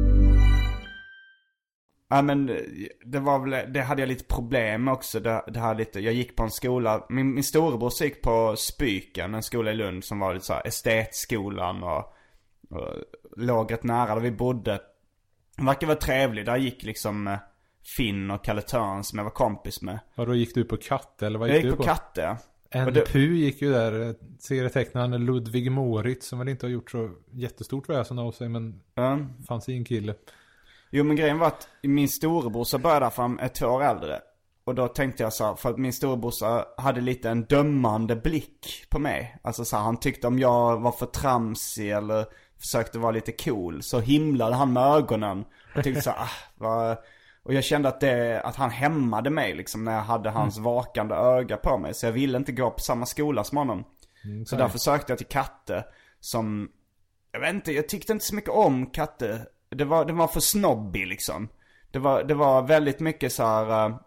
Ja, men det var väl, det hade jag lite problem också. Det, det hade lite, jag gick på en skola, min, min storebror gick på Spyken, en skola i Lund som var lite så här estetskolan och, och låg rätt nära där vi bodde. Det verkar vara trevligt. Där gick liksom Finn och Kalle Törn som jag var kompis med. Ja, då gick du på Katte, eller vad gick jag gick du på? Jag gick på Katte. En det... Pu gick ju där, serietecknaren Ludvig Moritz, som väl inte har gjort så jättestort väsen av sig, men mm. fanns i en kille. Jo, men grejen var att min storebrorsa började fram ett två år äldre. Och då tänkte jag så här, för att min storebrorsa hade lite en dömande blick på mig. Alltså så här, han tyckte om jag var för tramsig eller försökte vara lite cool, så himlade han med ögonen. Och tyckte så här, ah, vad... Och jag kände att, det, att han hämmade mig liksom, när jag hade hans mm. vakande öga på mig. Så jag ville inte gå på samma skola som honom. Mm, så därför sökte jag till Katte som... Jag vet inte, jag tyckte inte så mycket om Katte. Det var, det var för snobbig liksom. Det var, det var väldigt mycket så här uh,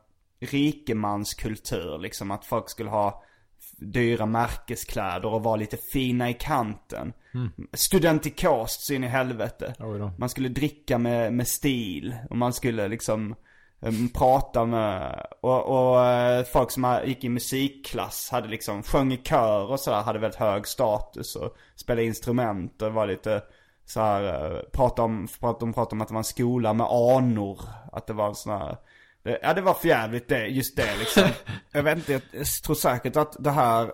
rikemanskultur liksom. Att folk skulle ha dyra märkeskläder och vara lite fina i kanten. Mm. Studentikost så in i helvete. Man skulle dricka med, med stil. Och man skulle liksom um, prata med... Och, och uh, folk som gick i musikklass hade liksom sjöng i kör och sådär. Hade väldigt hög status och spelade instrument och var lite... Så här, uh, prata om, prata om, prata om att det var en skola med anor. Att det var en sån här... Det, ja, det var för jävligt det, just det liksom. Jag vet inte, jag tror säkert att det här...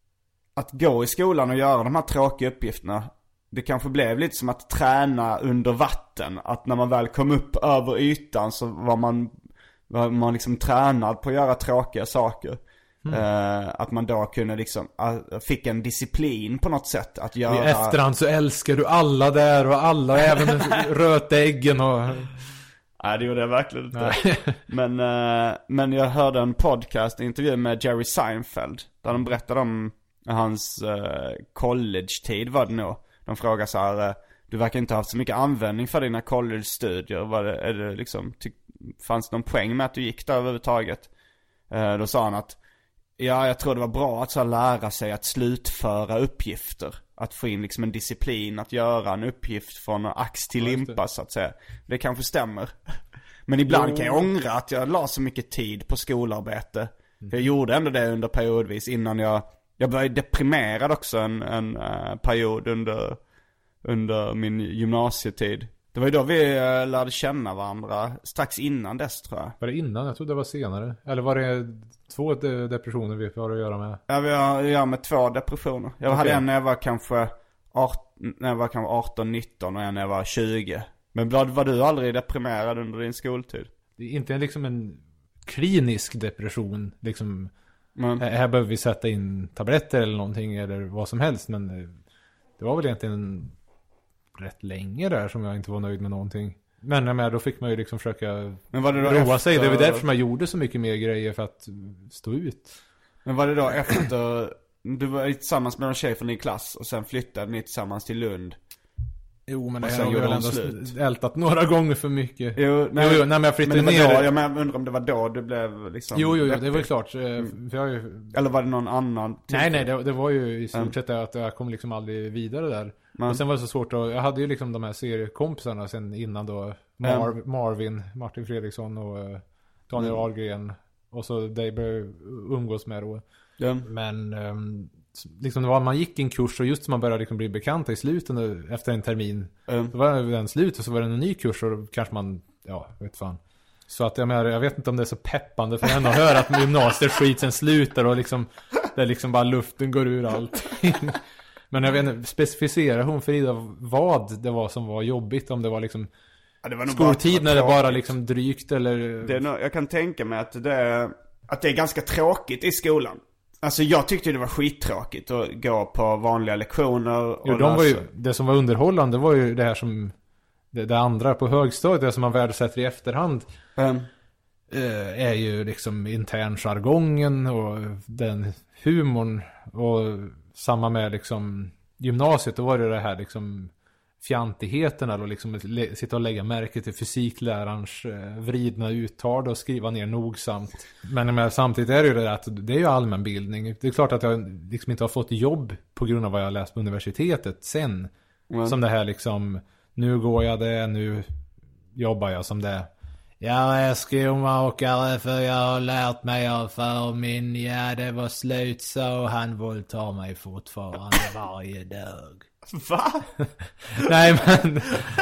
Att gå i skolan och göra de här tråkiga uppgifterna, det kanske blev lite som att träna under vatten. Att när man väl kom upp över ytan så var man, var man liksom tränad på att göra tråkiga saker. Mm. Uh, att man då kunde liksom uh, fick en disciplin på något sätt att göra... I efterhand så älskar du alla där och alla, även rötäggen och... Nej, det gjorde jag verkligen inte. men, uh, men jag hörde en podcast, en intervju med Jerry Seinfeld, där de berättade om hans uh, college-tid var det nog. De frågade så här, uh, du verkar inte ha haft så mycket användning för dina college-studier. Var det, är det liksom, ty- fanns det någon poäng med att du gick där överhuvudtaget? Uh, då sa han att ja, jag tror det var bra att så lära sig att slutföra uppgifter. Att få in liksom en disciplin, att göra en uppgift från ax till limpa så att säga. Det kanske stämmer. Men ibland jo. kan jag ångra att jag la så mycket tid på skolarbete. Mm. För jag gjorde ändå det under periodvis innan jag... Jag började deprimerad också en, en uh, period under, under min gymnasietid. Det var ju då vi uh, lärde känna varandra. Strax innan dess, tror jag. Var det innan? Jag trodde det var senare. Eller var det två de- depressioner vi har att göra med? Ja, vi har att göra med två depressioner. Jag okay. hade en när jag var kanske arton, när jag var kanske arton nitton och en när jag var tjugo. Men var, var du aldrig deprimerad under din skoltid? Det är inte liksom en klinisk depression. Liksom, mm. här, här behöver vi sätta in tabletter eller någonting eller vad som helst. Men det var väl egentligen rätt länge där som jag inte var nöjd med någonting. Men när med, då fick man ju liksom försöka men var det då roa efter... sig. Det var därför man gjorde så mycket mer grejer för att stå ut. Men var det då efter... Du var tillsammans med en tjej från din klass och sen flyttade ni tillsammans till Lund? Jo, men och det sen har gjorde väl de ändå slut. ältat några gånger för mycket. Jo, nej, jo, jo nej men jag flyttade men ner. Då, jag, men, jag undrar om det var då du blev liksom... Jo, jo, jo det var ju klart. För jag ju... Eller var det någon annan? Typ? Nej, nej, det, det var ju i stort sett att jag kom liksom aldrig vidare där. Men. Och sen var det så svårt att... Jag hade ju liksom de här seriekompisarna sen innan då. Mar- mm. Marvin, Martin Fredriksson och uh, Daniel mm. Ahlgren. Och så det började umgås med då. Mm. Men... Um, liksom det var, man gick en kurs och just som man började liksom bli bekanta i slutet efter en termin mm. så var den slut och så var det en ny kurs och då kanske man, ja, vet fan. Så att jag menar, jag vet inte om det är så peppande för henne att höra att gymnasiet skit sen slutar och liksom, det liksom bara luften går ur allt. Men jag vet inte, specificera hon Frida vad det var som var jobbigt, om det var liksom ja, det var nog skoltid när det bara liksom drygt eller... Det är nog, jag kan tänka mig att det är, att det är ganska tråkigt i skolan. Alltså jag tyckte det var skittråkigt att gå på vanliga lektioner och jo, de var ju, det som var underhållande var ju det här som det, det andra på högstadiet, det som man värdesätter i efterhand mm. eh, är ju liksom intern jargongen och den humorn och samma med liksom gymnasiet, då var det det här liksom fjantigheten eller liksom le- sitta och lägga märke till fysiklärarens eh, vridna uttal och skriva ner nogsamt. Men, men samtidigt är det ju det att det är ju allmänbildning. Det är klart att jag liksom inte har fått jobb på grund av vad jag har läst på universitetet sen. Mm. Som det här liksom, nu går jag det, nu jobbar jag som det. Jag är skomakare för jag har lärt mig av för min, ja det var slut så han våldtar mig fortfarande varje dag. Va? Nej men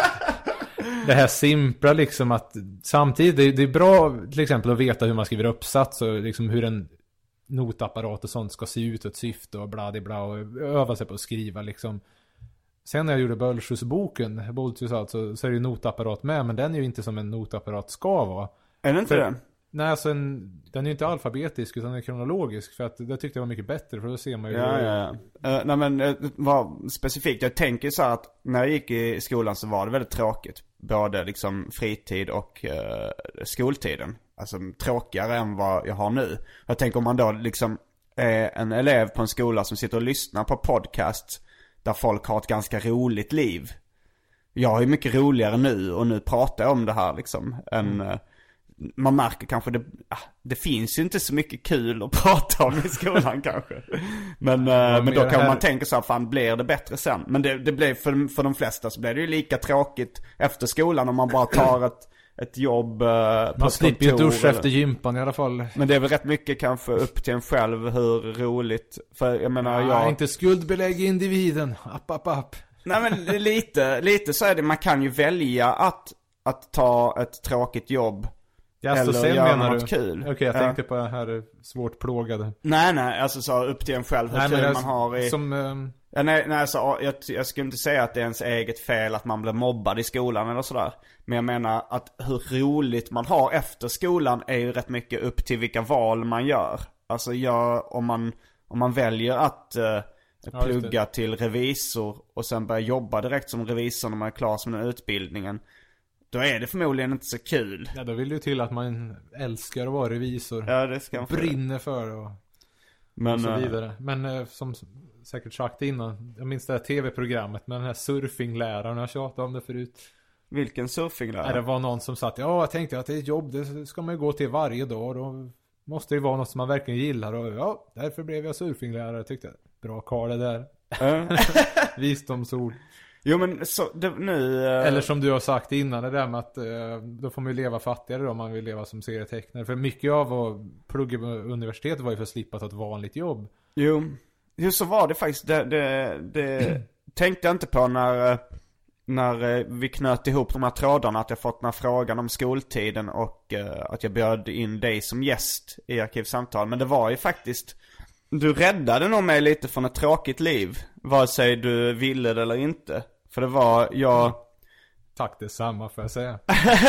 det här simpla liksom att samtidigt det, det är bra till exempel att veta hur man skriver uppsats och liksom hur en notapparat och sånt ska se ut och ett syfte och bladibla och öva sig på att skriva liksom. Sen när jag gjorde Bölsjusboken Boltius alltså, så är det ju notapparat med, men den är ju inte som en notapparat ska vara. Är det inte för, det? Nej, alltså en, den är ju inte alfabetisk utan den är kronologisk, för att det tyckte jag var mycket bättre, för då ser man ju... Ja, ja, ja. Uh, nej men uh, vad specifikt, jag tänker så här att när jag gick i skolan så var det väldigt tråkigt. Både liksom fritid och uh, skoltiden. Alltså tråkigare än vad jag har nu. Jag tänker om man då liksom är en elev på en skola som sitter och lyssnar på podcast där folk har ett ganska roligt liv. Jag är mycket roligare nu och nu pratar jag om det här liksom än... Uh, man märker kanske det, det finns ju inte så mycket kul att prata om i skolan kanske. Men, ja, men då kan här... man tänka så här, fan blir det bättre sen? Men det, det blev för, för de flesta så blir det ju lika tråkigt efter skolan om man bara tar ett, ett jobb uh, på man slipper ju duscha eller... efter gympan i alla fall. Men det är väl rätt mycket kanske upp till en själv hur roligt. För jag menar, ja, jag... inte skuldbelägg individen. App, app, app. Nej men lite, lite så är det, man kan ju välja att, att ta ett tråkigt jobb. Ja, eller sen göra menar något du? kul. Okej, okay, jag ja. tänkte på det här svårt plågade. Nej, nej, alltså så upp till en själv hur nej, kul man har i... Som... Um... Ja, nej, nej alltså, jag, jag skulle inte säga att det är ens eget fel att man blir mobbad i skolan eller sådär. Men jag menar att hur roligt man har efter skolan är ju rätt mycket upp till vilka val man gör. Alltså jag, om man, om man väljer att uh, plugga ja, till revisor och sen börja jobba direkt som revisor när man är klar med den utbildningen, då är det förmodligen inte så kul. Ja, då vill det ju till att man älskar att vara revisor. Ja, det ska man brinner för och, men, och så vidare. Men äh, som säkert sagt innan, jag minns det här tv-programmet med den här surfingläraren, jag tjatade om det förut. Vilken surfinglärare? Ja, det var någon som satt, ja jag tänkte att det är ett jobb, det ska man ju gå till varje dag. Då måste det vara något som man verkligen gillar. Och ja, därför blev jag surfinglärare, tyckte jag. Bra karl det där. Visdomsord. Jo men så, det, nu... Uh... Eller som du har sagt innan, det där med att uh, då får man ju leva fattigare då, om man vill leva som serietecknare. För mycket av att plugga på universitetet var ju för att slippa ta ett vanligt jobb. Jo, jo så var det faktiskt. Det, det, det tänkte jag inte på när, när vi knöt ihop de här trådarna, att jag fått den här frågan om skoltiden och uh, att jag bjöd in dig som gäst i Arkivsamtal. Men det var ju faktiskt... Du räddade nog mig lite från ett tråkigt liv, vare sig du ville det eller inte. För det var, jag... Tack detsamma får jag säga.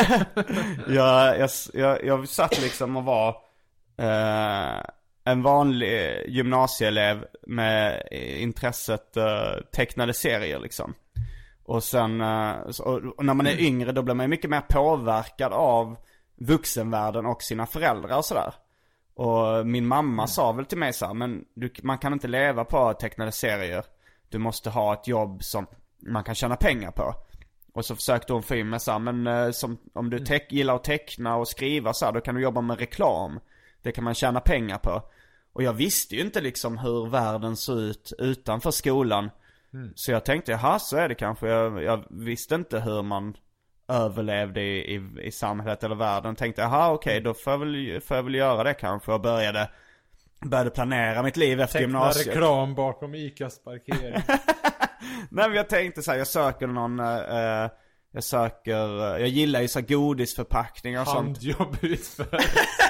jag, jag, jag, jag satt liksom och var eh, en vanlig gymnasieelev med intresset eh, tecknade serier liksom. Och sen, eh, och när man är yngre då blir man mycket mer påverkad av vuxenvärlden och sina föräldrar och sådär. Och min mamma mm. sa väl till mig så här, men du, man kan inte leva på tecknade serier. Du måste ha ett jobb som man kan tjäna pengar på. Och så försökte hon få in mig så här, men eh, som, om du te- gillar att teckna och skriva så här, då kan du jobba med reklam. Det kan man tjäna pengar på. Och jag visste ju inte liksom hur världen såg ut utanför skolan. Mm. Så jag tänkte, jaha, så är det kanske. Jag, jag visste inte hur man överlevde i, i, i samhället eller världen. Tänkte, jaha, okej, okay, då får jag, väl, får jag väl göra det kanske. Och började, började planera mitt liv efter Teckna gymnasiet. Teckna reklam bakom Icas parkering. Nej, men jag tänkte så här, jag söker någon... Uh, jag söker... Uh, jag gillar ju så här godisförpackningar och sånt. Handjobb utför.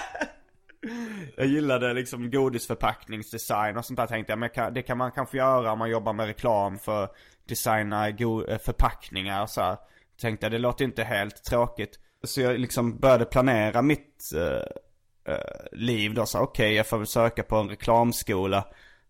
Jag gillade liksom godisförpackningsdesign och sånt där. Tänkte jag, men kan, det kan man kanske göra om man jobbar med reklam för designa go- förpackningar och så här. Tänkte jag, det låter inte helt tråkigt. Så jag liksom började planera mitt uh, uh, liv då. Så okej, okay, jag får väl söka på en reklamskola.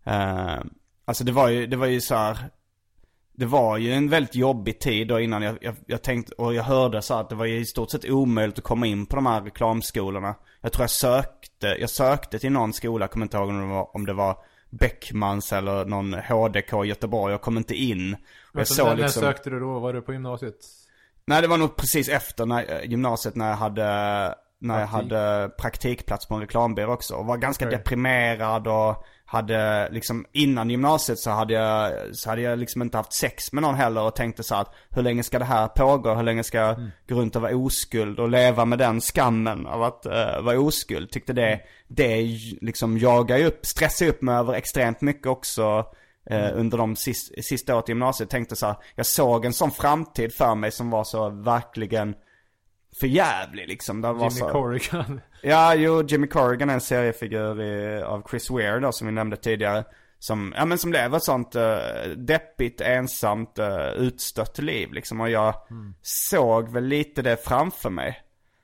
Uh, alltså det var ju, det var ju så här... Det var ju en väldigt jobbig tid då innan jag, jag, jag tänkte, och jag hörde så att det var i stort sett omöjligt att komma in på de här reklamskolorna. Jag tror jag sökte, jag sökte till någon skola, jag kommer inte ihåg om det var, om det var Beckmans eller någon H D K i Göteborg. Jag kom inte in. Och jag såg när, liksom, när sökte du då? Var du på gymnasiet? Nej, det var nog precis efter när, gymnasiet när jag hade, när jag hade praktikplats på en reklambyrå också. Och var ganska okay. deprimerad och hade liksom, innan gymnasiet så hade jag så hade jag liksom inte haft sex med någon heller och tänkte så att hur länge ska det här pågå, hur länge ska jag mm. gå runt och vara oskuld och leva med den skammen av att uh, vara oskuld. Tyckte det, mm. det liksom jagar upp, stressar upp mig över extremt mycket också uh, mm. under de sista, sista året i gymnasiet. Tänkte så här, jag såg en sån framtid för mig som var så verkligen för jävlig liksom. Det var Jimmy så... Corrigan. Ja, jo, Jimmy Corrigan är en seriefigur i, av Chris Ware då, som vi nämnde tidigare. Som, ja men som lever ett sånt uh, deppigt, ensamt, uh, utstött liv liksom. Och jag mm. såg väl lite det framför mig.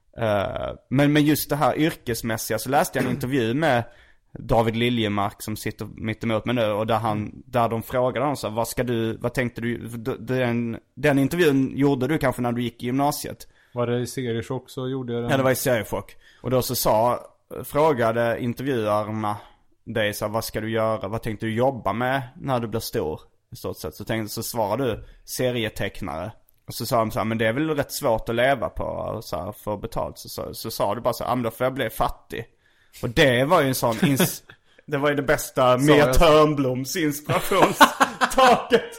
Uh, men med just det här yrkesmässiga så läste jag en intervju med David Liljemark som sitter mitt emot mig nu. Och där, han, där de frågade honom så här, vad ska du, vad tänkte du, den, den intervjun gjorde du kanske när du gick i gymnasiet. Var det i Seriechock så gjorde jag den? Ja, det var i Seriechock. Och då så sa, frågade intervjuarna dig så här, vad ska du göra? Vad tänkte du jobba med när du blir stor? I stort sett. Så, tänkte, så svarade du serietecknare. Och så sa de så här, men det är väl rätt svårt att leva på så här, för betalt. Så, så, så sa du bara så här, men då får jag bli fattig. Och det var ju en sån, ins- det var ju det bästa Mia Törnbloms inspirationstaket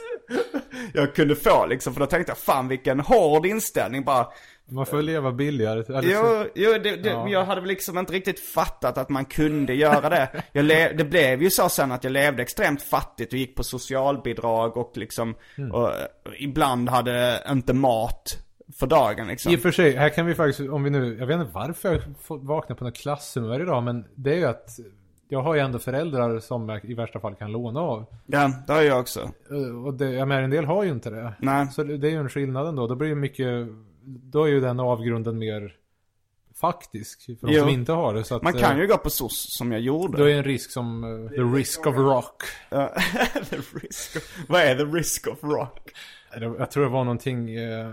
jag kunde få liksom. För då tänkte jag, fan vilken hård inställning bara. Man får leva billigare. Jo, jo det, det, ja. Jag hade väl liksom inte riktigt fattat att man kunde göra det. Jag le- det blev ju så sen att jag levde extremt fattigt och gick på socialbidrag och liksom mm. och, och ibland hade inte mat för dagen liksom. I och för sig, här kan vi faktiskt, om vi nu, jag vet inte varför jag får vakna på något klasshumör idag, men det är ju att jag har ju ändå föräldrar som jag i värsta fall kan låna av. Ja, det har jag också. Och det, jag menar, en del har ju inte det. Nej. Så det, det är ju en skillnad ändå. Då blir det mycket, då är ju den avgrunden mer faktisk för de jo. som inte har det. Så att, man kan ju gå på S O S som jag gjorde. Då är en risk som uh, the risk of rock. the risk of, vad är the risk of rock? Jag tror det var någonting... Uh,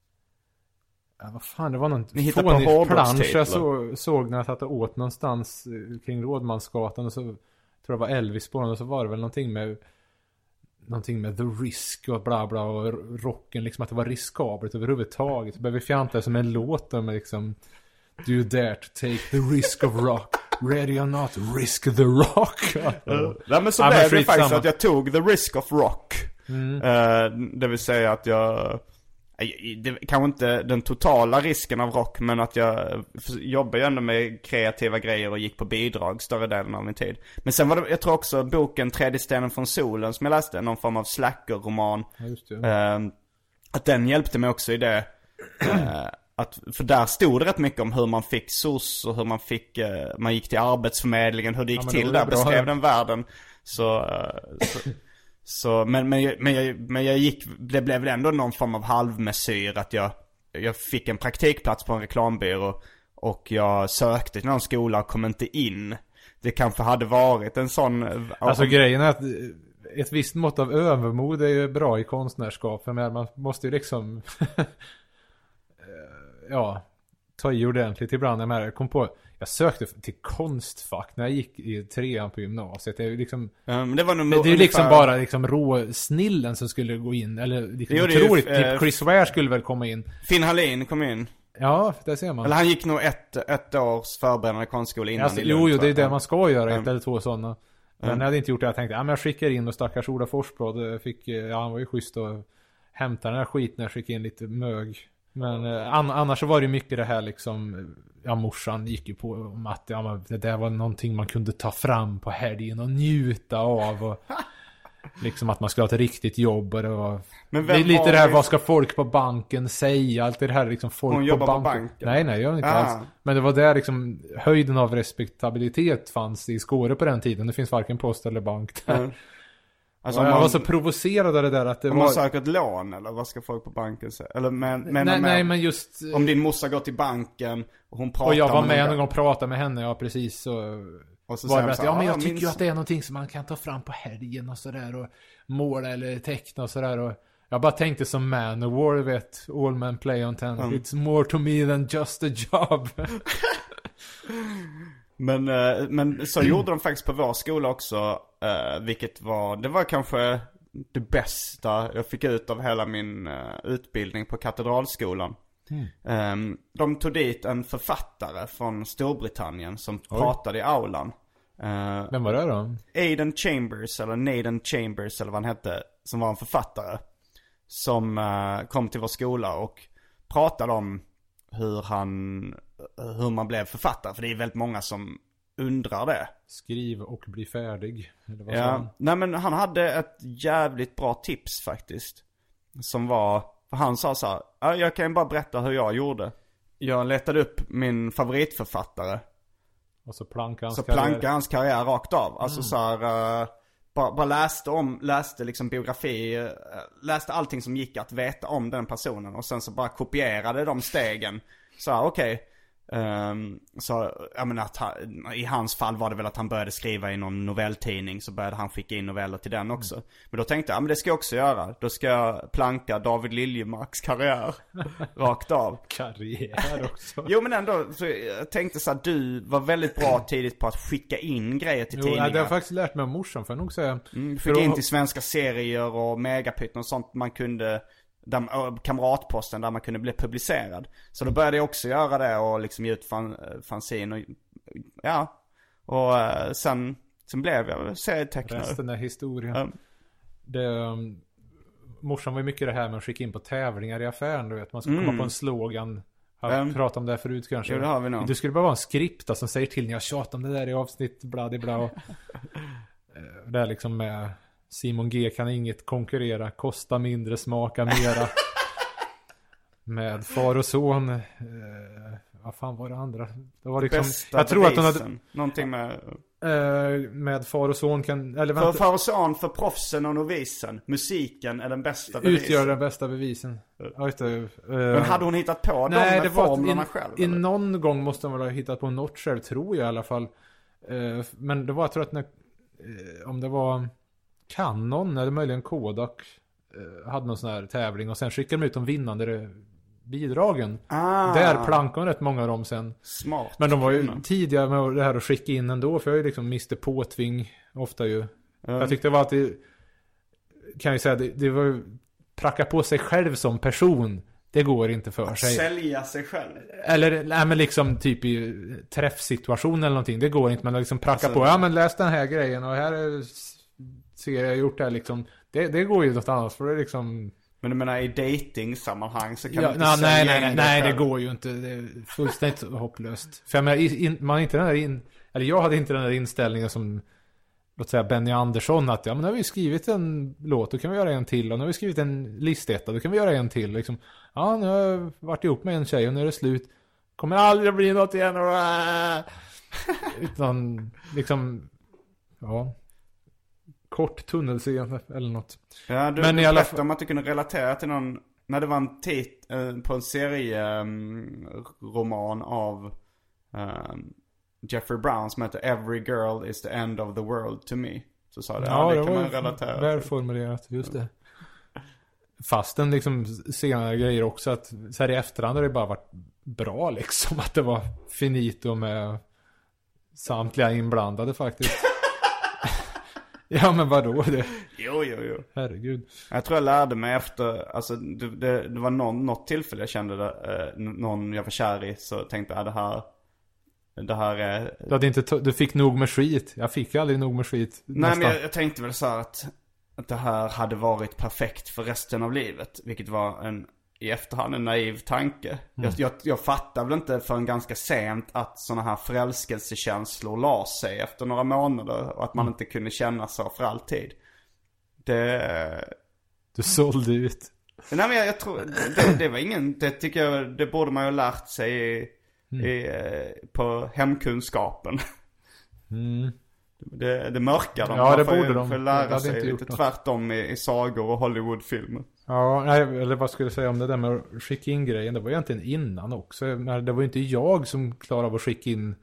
Ja, vad fan, det var någon fånig plansch jag så, såg när jag satt och åt någonstans kring Rådmansgatan och så tror jag var Elvis på den och så var det väl någonting med någonting med the risk och bla bla och rocken liksom, att det var riskabelt överhuvudtaget. Så började vi fjanta som en låt med liksom do you dare to take the risk of rock, ready or not, risk the rock. uh, nej men så blev det faktiskt samma. Att jag tog the risk of rock. Mm. Uh, det vill säga att jag det kanske inte den totala risken av rock, men att jag jobbar ju ändå med kreativa grejer och gick på bidrag större delen av min tid. Men sen var det, jag tror också boken Tredje stenen från solen som jag läste, någon form av slacker-roman. Ja, just det. Eh, att den hjälpte mig också i det. Eh, att, för där stod det rätt mycket om hur man fick S O S och hur man fick, eh, man gick till arbetsförmedlingen, hur det gick ja, till där, beskrev den världen. Så... Eh, så Så, men, men, jag, men, jag, men jag gick, det blev väl ändå någon form av halvmesyr att jag, jag fick en praktikplats på en reklambyrå och jag sökte till någon skola och kom inte in. Det kanske hade varit en sån... Alltså grejen är att ett visst mått av övermod är ju bra i konstnärskap. För man måste ju liksom ja, ta i ordentligt ibland. Jag kom på, jag sökte till konstfack när jag gick i trean på gymnasiet. Det är ju liksom, um, det var nog det är ju ungefär... liksom bara liksom råsnillen som skulle gå in. Eller liksom, jo, jag tror ju, typ Chris Ware skulle väl komma in. Finn Hallin kom in. Ja, det ser man. Eller han gick nog ett, ett års förberedande konstskola innan. Alltså, jo, jo, det är det man ska göra, ett eller två sådana. Men mm. jag hade inte gjort det. Jag tänkte, ja men jag skickar in och stackars Ola Forsblad fick, ja han var ju schysst och hämtade den här skiten när jag skickade in lite mög. Men eh, an, annars så var det mycket det här liksom, ja morsan gick ju på om att ja, men, det där var någonting man kunde ta fram på helgen och njuta av och liksom att man skulle ha ett riktigt jobb och det var men vem det, lite det här, det? Vad ska folk på banken säga, allt det här liksom folk hon på, jobbar banken. på banken. Nej, nej, jag gör inte ah. alls. Men det var där liksom höjden av respektabilitet fanns i Skåre på den tiden. Det finns varken post eller bank där. Mm. Alltså, jag man, var så provocerad av det där att det om var... man söker ett lån eller vad ska folk på banken säga? Eller men, men, nej, men, nej, men just... Om din morsa går till banken och hon pratar och jag var med med någon någon gång och pratade med henne, ja precis så... Och så var det att, ja men jag tycker minns... ju att det är någonting som man kan ta fram på helgen och sådär och måla eller teckna och sådär och jag bara tänkte som Manowar, vet, all men play on ten. Mm. It's more to me than just a job. men, men så gjorde de faktiskt på vår skola också, vilket var, det var kanske det bästa jag fick ut av hela min utbildning på Katedralskolan. Mm. De tog dit en författare från Storbritannien som Oj. pratade i aulan. Vem var det då? Aidan Chambers, eller Nathan Chambers eller vad han hette, som var en författare som uh, kom till vår skola och pratade om hur han hur man blev författare, för det är väldigt många som undrar det. Skriv och bli färdig eller vad ja. Nej men han hade ett jävligt bra tips faktiskt, som var, för han sa så här, jag kan bara berätta hur jag gjorde. Jag letade upp min favoritförfattare och så plankade hans så karriär. plankade hans karriär rakt av. Alltså mm. så här, uh, bara, bara läste om, läste liksom biografi, uh, läste allting som gick att veta om den personen. Och sen så bara kopierade de stegen. Så okej. Okay. Um, så jag menar att han, i hans fall var det väl att han började skriva i någon novelltidning, så började han skicka in noveller till den också. Mm. Men då tänkte jag, ja men det ska jag också göra. Då ska jag planka David Liljemarks karriär rakt av. Karriär också. Jo men ändå, så jag tänkte så att du var väldigt bra tidigt på att skicka in grejer till jo, tidningar. Jo, det har jag faktiskt lärt mig av morsan, för jag nog säga. Mm, fick in till svenska serier och Megapyton och sånt man kunde, där, kamratposten där man kunde bli publicerad. Så då började jag också göra det och liksom ge ut fan, fanzine och ja. Och uh, sen, sen blev jag serietecknare. Resten är historia. Um, det, um, morsan var ju mycket det här med att skicka in på tävlingar i affären, du vet. Man skulle mm. komma på en slogan. Har um, pratat om det här förut kanske. Jo, det har vi nog. Det skulle bara vara en skripta som säger till när jag tjatar om det där i avsnitt blad i blad. Det är liksom med Simon G kan inget konkurrera, kosta mindre, smaka mera. Med far och son. Eh, vad fan var det andra? Det var liksom, bästa jag tror bevisen. Att de hade någonting med eh, med far och son kan eller för far och son, för proffsen och novisen. Musiken är den bästa bevisen. Utgör den bästa bevisen. Ja, just det. Eh, Men hade hon hittat på nej, de det var formlerna in, själv? I någon gång måste hon väl ha hittat på något själv, tror jag i alla fall. Eh, men det var, jag tror att när, eh, om det var Canon eller möjligen Kodak eh, hade någon sån här tävling och sen skickade de ut de vinnande bidragen. Ah. Där plankade rätt många av dem sen. Smart. Men de var ju tidiga med det här att skicka in ändå, för jag är ju liksom mister Påtving ofta ju. Mm. Jag tyckte det var att det, kan jag säga, det, det var ju pracka på sig själv som person. Det går inte för att sig. Sälja sig själv. Eller nej, men liksom typ i träffsituation eller någonting. Det går inte, men liksom pracka alltså, på. Ja men läs den här grejen och här är, ser jag gjort det här liksom. Det, det går ju något annat, för det är liksom. Men du menar i dating-sammanhang så kan ja, man inte na, säga nej, nej, nej, nej, det går ju inte. Det är fullständigt hopplöst. För jag menar, in, man har inte den där in, eller jag hade inte den där inställningen som, låt säga Benny Andersson, att ja men nu har vi skrivit en låt, då kan vi göra en till. Och nu har vi skrivit en listetta, då kan vi göra en till liksom. Ja, nu har jag varit ihop med en tjej och nu är det slut. Kommer aldrig bli något igen. Utan liksom, ja, kort tunnelseende eller något. Ja, du, men du i alla fall om att du kunde relatera till någon när det var en tit uh, på en serieroman um, av um, Jeffrey Brown som heter Every Girl is the End of the World to Me. Så sa det, ja, ja det, det kan man relatera. Välformulerat, just det. Fastän liksom senare grejer också att så här i efterhand har det bara varit bra liksom att det var finito med samtliga inblandade faktiskt. Ja men vadå det? Jo jo jo. Herregud. Jag tror jag lärde mig efter alltså det, det, det var någon, något tillfälle jag kände det, eh, någon jag var kär i så tänkte jag det här det här är du, hade inte to- du fick nog med skit. Jag fick aldrig nog med skit. Nej nästan. Men jag, jag tänkte väl så här att att det här hade varit perfekt för resten av livet. Vilket var en, i efterhand en naiv tanke. Mm. Jag, jag, jag fattar väl inte förrän ganska sent att såna här förälskelsekänslor la sig efter några månader. Och att man mm. inte kunde känna så för alltid. Det... Du sålde ut. Nej men jag, jag tror, det, det var ingen, det tycker jag, det borde man ju ha lärt sig i, mm. i, på hemkunskapen. Mm. Det, det mörka de ja, det får, borde de för lära sig lite tvärtom i, i sagor och Hollywoodfilmer. Ja, nej, eller vad skulle jag säga om det där med att skicka in grejen. Det var egentligen innan också. Men det var ju inte jag som klarade av att skicka in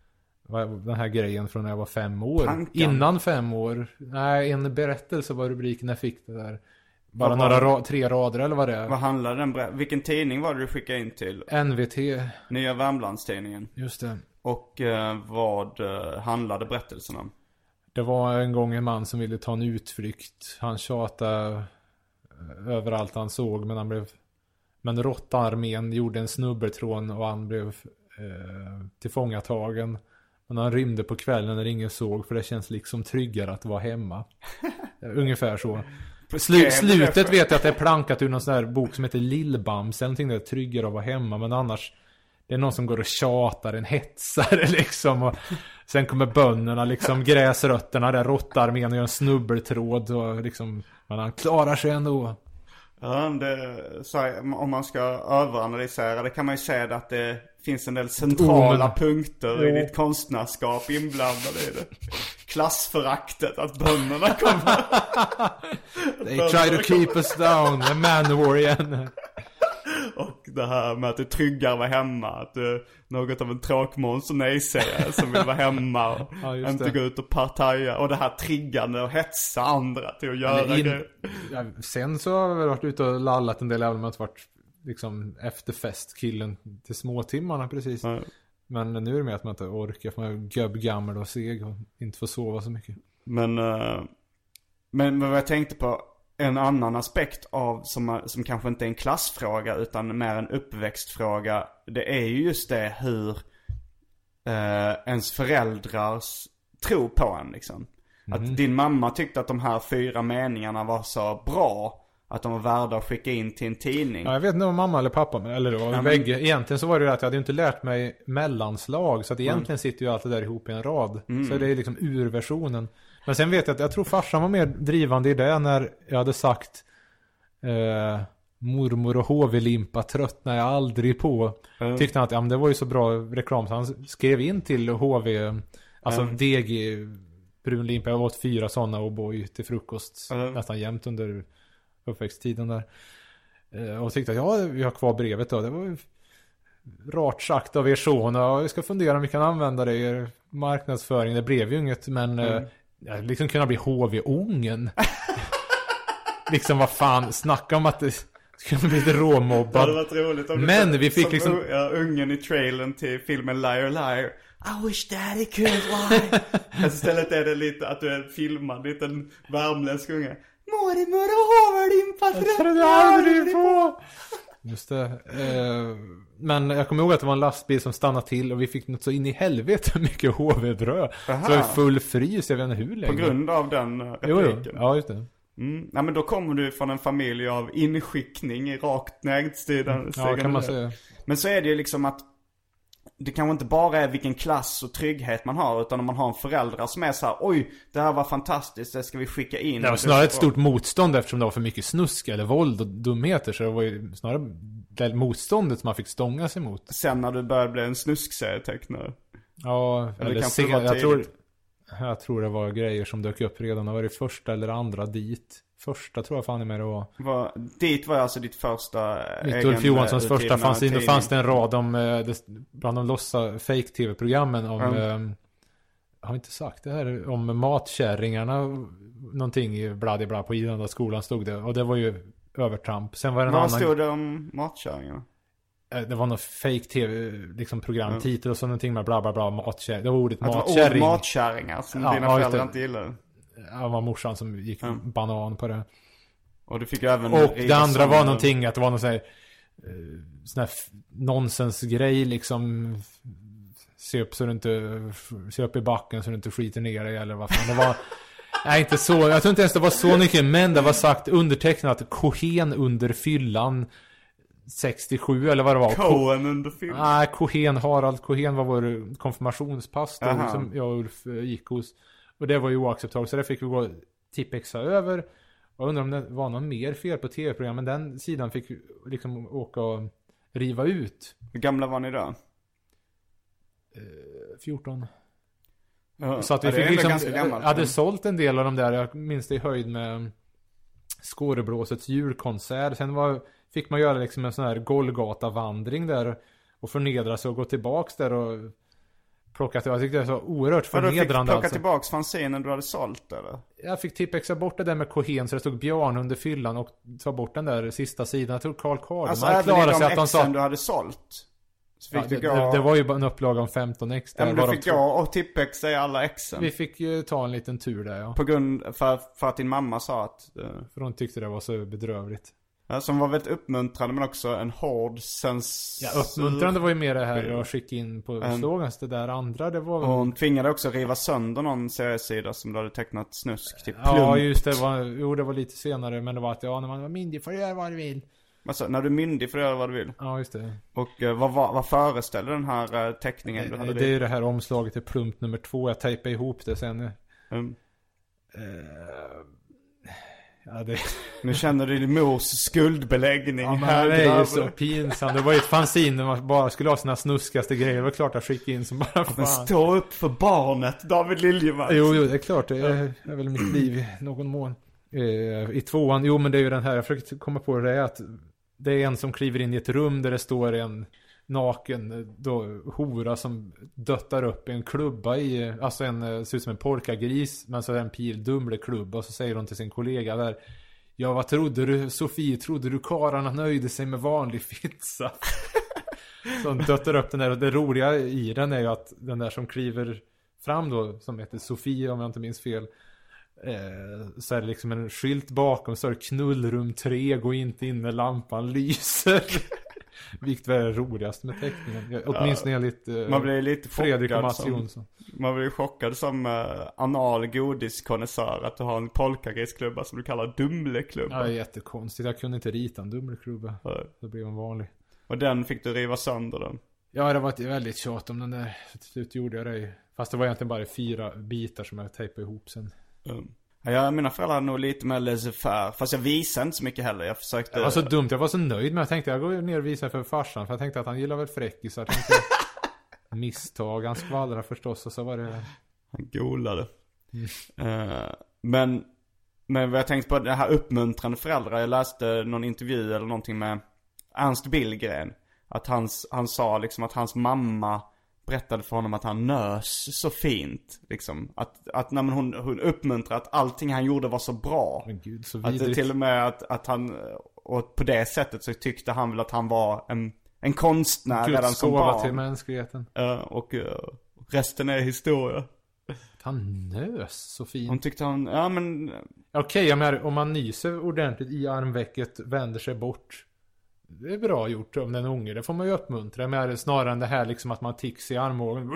den här grejen från när jag var fem år. Tanken. Innan fem år. Nej, en berättelse var rubriken jag fick det där. Bara några ra- tre rader eller vad det är. Vad handlade den ber- Vilken tidning var det du skickade in till? N V T. Nya Värmlandstidningen. Just det. Och eh, vad eh, handlade berättelsen om? Det var en gång en man som ville ta en utflykt. Han tjatade överallt han såg. Men han blev... Men råttarmén gjorde en snubbeltrån och han blev eh, tillfångatagen. Men han rymde på kvällen när ingen såg. För det känns liksom tryggare att vara hemma. Ungefär så. Slu- slutet vet jag att det är plankat ur någon sån här bok som heter Lillbams. Eller någonting där tryggare att vara hemma. Men annars... Det är någon som går och tjatar, en hetsare liksom. Och sen kommer bönderna, liksom gräsrötterna där, råttarmén och gör en snubbeltråd. Och liksom, men han klarar sig ändå. Ja, det, så, om man ska överanalysera det kan man ju säga att det finns en del centrala oh, punkter oh. i ditt konstnärskap inblandade i det. Klassföraktet, att bönderna kommer. They try to keep us down, the Manowar igen. Och det här med att det tryggar att vara hemma. Att du är något av en tråkmåns och nej-sägare som vill vara hemma och ja, inte det. Gå ut och partaja. Och det här triggande och hetsa andra till att göra in... det. Ja, sen så har vi varit ute och lallat en del, även om att varit liksom efterfestkillen till småtimmarna precis. Ja. Men nu är det med att man inte orkar, för man är gubb-gammal och seg och inte får sova så mycket. Men, uh, men, men vad jag tänkte på, en annan aspekt av som, som kanske inte är en klassfråga utan mer en uppväxtfråga, det är ju just det hur uh, ens föräldrars tro på en liksom. Mm. Att din mamma tyckte att de här fyra meningarna var så bra att de var värda att skicka in till en tidning. Ja, jag vet inte om mamma eller pappa, eller det var ja, bägge. Men... Egentligen så var det ju att jag hade inte lärt mig mellanslag. Så att egentligen mm. sitter ju allt det där ihop i en rad. Mm. Så det är liksom urversionen. Men sen vet jag att jag tror farsan var mer drivande i det när jag hade sagt eh, mormor och H V-limpa tröttnar jag aldrig på. Mm. Tyckte han att ja, men det var ju så bra reklam. Så han skrev in till H V, alltså mm. D G brunlimpa. Jag har åt fyra sådana och boy till frukost mm. nästan jämt under uppväxttiden där. Eh, och tyckte att ja, vi har kvar brevet då. Det var ju rart sagt av er son. Ja, vi ska fundera om vi kan använda det i marknadsföring. Det blev ju inget, men mm. eh, liksom kunna bli H V-ungen. liksom vad fan, snacka om att det skulle bli lite råmobbad. Det varit roligt om men det, vi fick som liksom ja, ungen i trailern till filmen Liar Liar. I wish daddy could lie. Alltså istället är det lite att du är filmad, lite en värmländsk unge. Mormor och H-V-limpa tröttnar aldrig på. Just det. Eh, men jag kommer ihåg att det var en lastbil som stannade till och vi fick något så in i helvete mycket H V-bröd. Så det var full frys, jag vet inte hur länge. På grund av den repliken. Jo, ja, just det. Mm. Ja, men då kommer du från en familj av inskickning i rakt nedstidan. Mm. Ja, kan man säga. Men så är det ju liksom att det kanske inte bara är vilken klass och trygghet man har, utan om man har en förälder som är så här: oj, det här var fantastiskt, det ska vi skicka in. Det var snarare ett stort motstånd eftersom det var för mycket snusk eller våld och dumheter. Så det var ju snarare det motståndet som man fick stånga sig mot. Sen när du började bli en snuskserietecknare. Ja, eller, eller se, jag, tror, jag tror det var grejer som dök upp redan. Det var det första eller andra dit. första tror jag fan är med det var. var. Dit var alltså ditt första Mitt Ulf Johanssons första fanzine. Då fanns det en rad om det, bland de lossa fake-tv-programmen om mm. eh, jag har inte sagt det här om matkärringarna någonting i blad i blad på Idanda skolan stod det, och det var ju övertramp. Sen var det en Vad annan... stod det om matkärringarna? Det var något fake-tv liksom programtitel mm. och så någonting med bla bla bla matkärring. Det var ordet att matkärring. Det var ord matkärringar som ja, dina ja, föräldrar inte gillade. Det var morsan som gick mm. banan på det. Och du fick ju även... Och det andra var någonting att det var någon sån här, sån här nonsensgrej liksom. Se upp så du inte se upp i backen så du inte skiter ner dig eller vad fan det var. Nej, inte så. Jag tror inte ens det var så mycket, men det var sagt undertecknat Cohen under fyllan sextiosju eller vad det var. Cohen under fyllan? Nej, Cohen, Harald Cohen var vår konfirmationspastor Aha. som jag och Ulf gick hos. Och det var ju oacceptabelt, så det fick vi gå tippexa över. Och jag undrar om det var någon mer fel på tv-program, men den sidan fick liksom åka och riva ut. Hur gamla var ni då? fjorton. Ja, så att vi ja, fick liksom, gammalt, hade men... sålt en del av dem där. Jag minns det i höjd med Skåreblåsets julkonsert. Sen var, fick man göra liksom en sån här Golgata-vandring där och förnedra sig och gå tillbaks där och plocka till. Jag tyckte det var så oerhört förnedrande. Du fick plocka alltså. Tillbaks fanzinen du hade sålt eller? Jag fick tippexa bort det där med Cohen så det stod Björn under fyllan och ta bort den där sista sidan. Jag tror Carl Carl. Alltså även i de exen sa... du hade sålt? Ja, det, gå... det, det var ju en upplaga om femton ex där. Ja, men du fick gå och tippexa i alla exen. Vi fick ju ta en liten tur där, ja. På grund för, för att din mamma sa att... För hon tyckte det var så bedrövligt. Ja, som var väldigt uppmuntrande men också en hård sens... Ja, uppmuntrande var ju mer det här att skicka in på en... slogans. Det där andra, det var... Och hon tvingade också riva sönder någon seriesida som du hade tecknat snusk till plump. Ja, just det. Var, jo, det var lite senare. Men det var att ja, när man var myndig får du göra vad du vill. Alltså, när du är myndig får du göra vad du vill. Ja, just det. Och uh, vad, vad, vad föreställer den här uh, teckningen det, du hade? Det är ju det här omslaget till plump nummer två. Jag tejpade ihop det sen. Mm. Uh, ja, det... Nu känner du din mors skuldbeläggning. Ja, men det är ju så pinsamt. Det var ju ett fanzine när man bara skulle ha sina snuskaste grejer. Det var klart att skicka in som bara fan. Men stå upp för barnet, David Liljemark. Jo, jo, det är klart. Det är, är väl mitt liv i någon mån. Uh, I tvåan, jo men det är ju den här. Jag försöker komma på det att det är en som kliver in i ett rum där det står en naken då, hora som döttar upp en klubba i, alltså en, ser ut som en porkagris, men så är det en pil dumleklubba och så säger hon till sin kollega där: ja, vad trodde du, Sofie, trodde du kararna nöjde sig med vanlig pizza? Så hon döttar upp den där, och det roliga i den är ju att den där som kliver fram då, som heter Sofie om jag inte minns fel, Eh, så är det liksom en skylt bakom, så är det knullrum tre, gå inte in när lampan lyser. Vilket var det roligaste med teckningen. Åtminstone enligt eh, man blir lite Fredrik och Mats Jonsson. Man blir chockad som eh, anal godiskonnässör att du har en polkagrisklubba som du kallar dumleklubba. Ja, det är jättekonstigt. Jag kunde inte rita en dumleklubba. Ja. Det blev en vanlig. Och den fick du riva sönder den. Ja, det var ett väldigt tjat om den där. Till slut gjorde jag det. Fast det var egentligen bara fyra bitar som jag tejpade ihop sen. Mm. Ja, mina föräldrar hade nog lite mer laissez-faire. Fast jag visade inte så mycket heller. Jag försökte... Det var så dumt, jag var så nöjd. Men jag tänkte jag går ner och visar för farsan. För jag tänkte att han gillar väl fräckisar. Misstag, han skvallrar förstås. Och så var det... Han golade. Mm. uh, Men Men vad jag tänkte på det här uppmuntrande föräldrar. Jag läste någon intervju eller någonting med Ernst Billgren. Att hans, han sa liksom att hans mamma berättade för honom att han nös så fint liksom. Att, att när hon, hon uppmuntrade att allting han gjorde var så bra. Men Gud, så att det, till och med att, att han, och på det sättet så tyckte han väl att han var en, en konstnär Guds redan som barn. till mänskligheten. uh, och uh, resten är historia. Att han nös så fint. Hon tyckte han, ja men okej, okay, jag menar, om man nyser ordentligt i armvecket, vänder sig bort, det är bra gjort om den unge. Det får man ju uppmuntra. Men snarare än det här liksom att man tics i armbågen.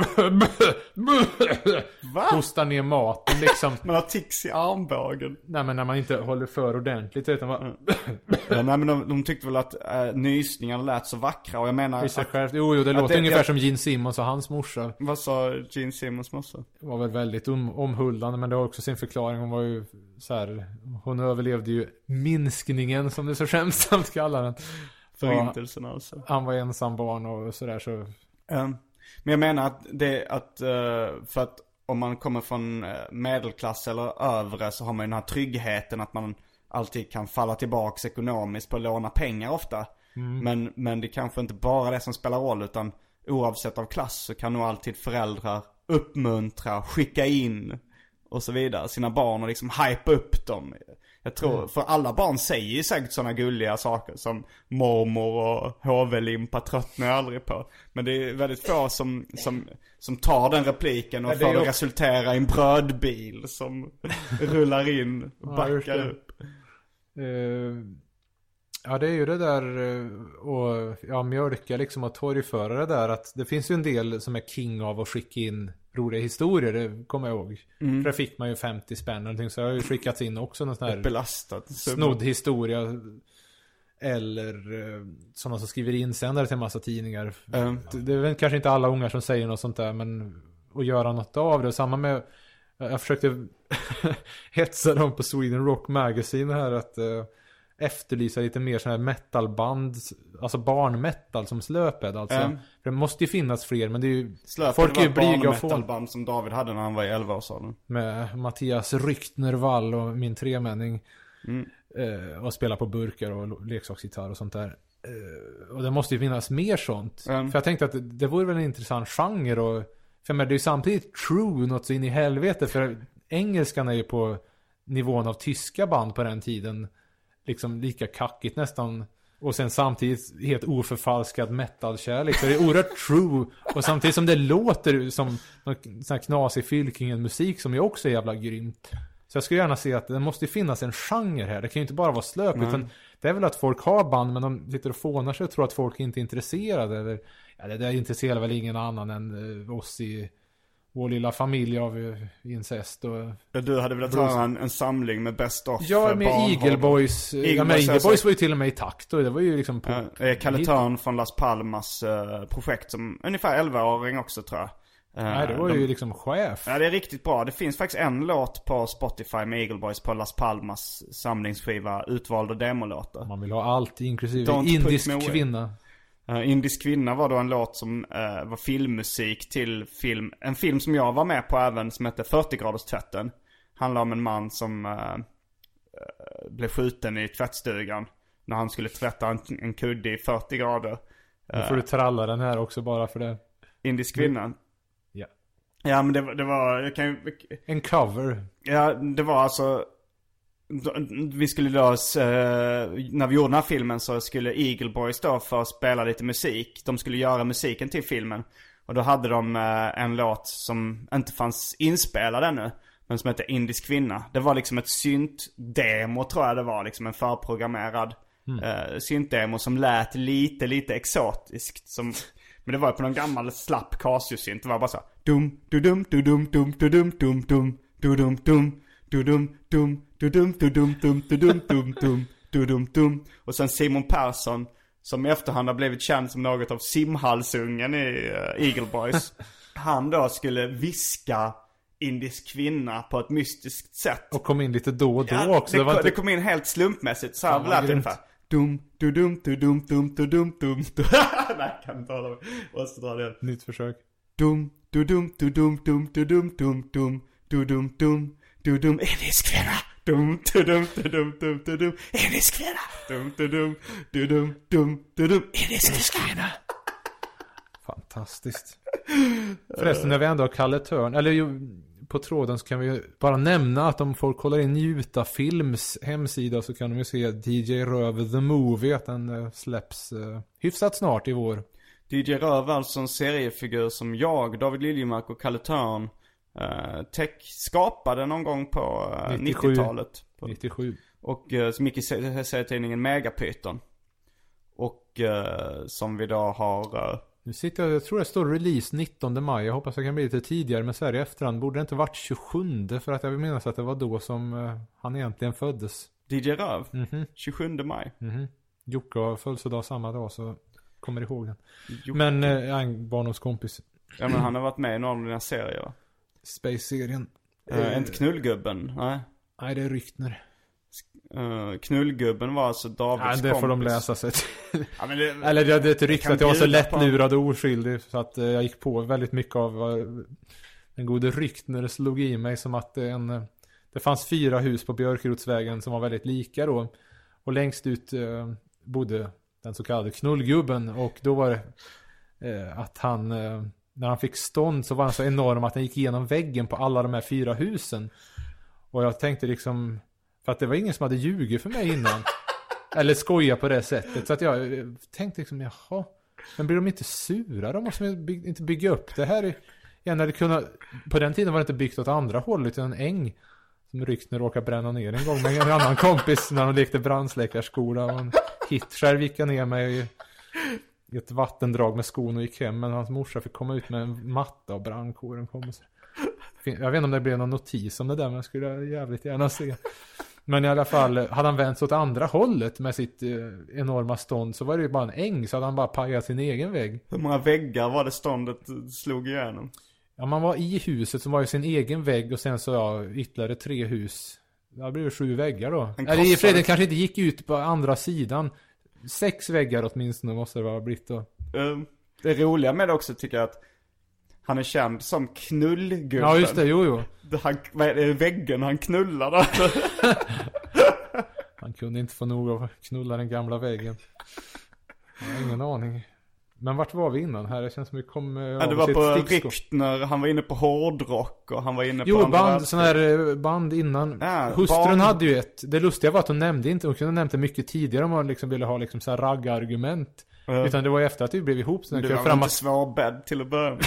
Va? Hostar ner maten liksom. Man har tics i armbågen. Nej, men när man inte håller för ordentligt utan bara... ja, nej, men de, de tyckte väl att äh, nysningarna lät så vackra. Och jag menar att, själv, jo, jo, det låter det, ungefär jag... som Gene Simmons och hans morsa. Vad sa Gene Simmons morsa? Det var väl väldigt om, omhullande. Men det har också sin förklaring. Hon var ju så här, hon överlevde ju minskningen, som det så skämtsamt kallar den. Förintelsen alltså. Han var ensam barn och sådär så. Um, men jag menar att det att uh, för att om man kommer från medelklass eller övre så har man ju den här tryggheten att man alltid kan falla tillbaks ekonomiskt på att låna pengar ofta. Mm. Men, men det kanske inte bara det som spelar roll, utan oavsett av klass så kan nog alltid föräldrar uppmuntra, skicka in och så vidare sina barn och liksom hype upp dem. Jag tror, mm. för alla barn säger ju säkert sådana gulliga saker som mormor och hovelimpa tröttnar jag aldrig på. Men det är väldigt få som, som, som tar den repliken och får det också resultera i en brödbil som rullar in och backar ja, upp. Uh, ja, det är ju det där och ja, mjölka liksom och torgföra det där, att det finns ju en del som är king av att skicka in roliga historier, det kommer jag ihåg. Mm. För det fick man ju femtio spänn eller någonting, så jag har ju skickats in också någon sån här belastat snodd historia eller eh, sådana som skriver insändare till en massa tidningar. Mm. Det, det är väl kanske inte alla ungar som säger något sånt där, men att göra något av det. Och samma med, jag försökte hetsa dem på Sweden Rock Magazine här att eh, efterlysa lite mer sån här metalband, alltså barnmetal som Slöped alltså. Mm. För det måste ju finnas fler, men det är ju Slöped, folk är ju blyga och metalband som David hade när han var i elva-årsåldern. Med Mattias Ryktnervall och min tremänning. Mm. Eh, och spela på burkar och leksaksgitarr och sånt där. Eh, och det måste ju finnas mer sånt. Mm. För jag tänkte att det, det vore väl en intressant genre och för mig det är ju samtidigt true något så in i helvete, för engelskan är ju på nivån av tyska band på den tiden. Liksom lika kackigt nästan. Och sen samtidigt helt oförfalskad metalkärlek. Så det är oerhört true. Och samtidigt som det låter som någon sån här knasig fylkingen musik som är också jävla grymt. Så jag skulle gärna se att det måste finnas en genre här. Det kan ju inte bara vara slöp. Mm. Utan det är väl att folk har band men de sitter och fånar sig och tror att folk inte är intresserade. Eller, ja, det där intresserar väl ingen annan än oss i vår lilla familj av incest och... Du hade velat ha en, en samling med best of. Ja, med Eagle Boys. Eagle ja, men Eagle Boys alltså, var ju till och med i takt och det var ju liksom... På, ja, Kalle Törn från Las Palmas uh, projekt som ungefär elva-åring också tror jag. Uh, Nej, det var de, ju liksom chef. Ja, det är riktigt bra. Det finns faktiskt en låt på Spotify med Eagle Boys på Las Palmas samlingsskiva, utvalda demolåtar. Man vill ha allt, inklusive Don't indisk kvinna. Uh, Indisk kvinna var då en låt som uh, var filmmusik till film. En film som jag var med på även som hette fyrtio graders tvätten. Handlar om en man som uh, uh, blev skjuten i tvättstugan när han skulle tvätta en, en kudde i fyrtio grader. Uh, nu får du tralla den här också bara för det. Indisk kvinna. Ja. Ja, men det, det var... Jag kan, en cover. Ja, det var alltså... Vi skulle då, när vi gjorde den här filmen så skulle Eagle Boys då få spela lite musik. De skulle göra musiken till filmen. Och då hade de en låt som inte fanns inspelad ännu, men som hette Indisk kvinna. Det var liksom ett synt-demo tror jag det var, liksom en förprogrammerad mm. uh, synt-demo som lät lite, lite exotiskt som... Men det var på någon gammal slapp Casio-synt. Det var bara så dum, du dum, du dum, dum, du dum, dum, dum, du dum, dum, du dum, dum, du dum, du dum, dum, du dum, dum, dum, du dum, dum. Och sen Simon Persson, som i efterhand har blivit känd som något av simhalsungen i uh, Eagle Boys. Han då skulle viska Indisk kvinna på ett mystiskt sätt. Och kom in lite då och då ja, också. Det, det, var inte... inte... det kom in helt slumpmässigt. Så här lät det ungefär. Dum, du dum, du dum, dum, du dum, dum. Nej, kan inte hålla mig. Måste dra det. Nytt försök. Dum, du dum, du dum, dum, du dum, dum, dum, du dum, dum, du dum, indisk kvinna. Dum, du dum, du dum, dum, du dum, indisk kvinna. Dum, du dum, du dum, dum, du dum, indisk kvinna. Fantastiskt. Förresten, när vi ändå har Kalle Törn, eller ju, på tråden så kan vi bara nämna att om folk kollar in Njuta Films hemsida så kan de ju se D J Röv The Movie, att den släpps uh, hyfsat snart i vår. D J Röv är alltså en seriefigur som jag, David Liljemark och Kalle Törn uh, tech skapade någon gång på uh, nittiotalet. På, nittiosju. Och uh, som gick i serietidningen Megapyton. Och uh, som vi då har... Uh, Nu sitter jag, jag tror det står release nittonde maj. Jag hoppas jag kan bli lite tidigare, men så här i efterhand borde det inte varit tjugosjunde, för att jag vill minnas att det var då som uh, han egentligen föddes. D J Röv? Mm-hmm. tjugosjunde maj. Mm-hmm. Jocke har födelsedag samma dag, så kommer ihåg den. Jocke. Men uh, jag är en barndomskompis. Ja, men han har varit med i någon av dina serier, va? Space-serien. Uh, uh, inte Knullgubben, nej. Nej, det är Ryktner. Uh, Knullgubben var alltså Davids kompis. Nej, det får de läsa sig till. Ja, men det, Eller det är ett rykte att jag var så lättlurad och oskyldig, så att uh, jag gick på väldigt mycket av uh, den gode Ryktner slog i mig, som att uh, en, uh, det fanns fyra hus på Björkerotsvägen som var väldigt lika då. Och längst ut eh, bodde den så kallade knullgubben. Och då var det eh, att han, eh, när han fick stånd så var han så enorm att han gick igenom väggen på alla de här fyra husen. Och jag tänkte liksom, för att det var ingen som hade ljugit för mig innan. Eller skoja på det sättet. Så att jag tänkte liksom, jaha, men blir de inte sura? De måste by- inte bygga upp det här. Ja, när det kunde, på den tiden var det inte byggt åt andra hållet utan en äng. Som Ryktner råkade bränna ner en gång med en annan kompis när de lekte brandsläckarskola. Och en Hitler gick ner mig i, i ett vattendrag med skon och gick hem. Men hans morsa fick komma ut med en matta och brandkåren kom. Jag vet inte om det blev någon notis om det där, men jag skulle jävligt gärna se. Men i alla fall, hade han vänt åt andra hållet med sitt eh, enorma stånd så var det ju bara en äng, så hade han bara pajat sin egen vägg. Hur många väggar var det ståndet slog igenom? Ja, man var i huset som var ju sin egen vägg och sen så ja, ytterligare tre hus. Det blir sju väggar då. Eller i Freden kanske inte gick ut på andra sidan. Sex väggar åtminstone måste det vara blivit då. Um, det roliga med det också tycker jag att han är känd som knullgubben. Ja just det, jo jo. Han, vad är det, väggen han knullar där? Han kunde inte få nog av knulla den gamla väggen. Jag har ingen aning. Men vart var vi innan här? Det känns som vi kom... Ja, det var på Ryktner, han var inne på hårdrock och han var inne på... Jo, band, sån här band innan. Ja, Hustrun band. hade ju ett... Det lustiga var att hon nämnde inte, hon kunde nämnt det mycket tidigare om man liksom ville ha liksom så här raggargument. Mm. Utan det var efter att vi blev ihop. Så det var fram inte att... svårbädd till att börja med.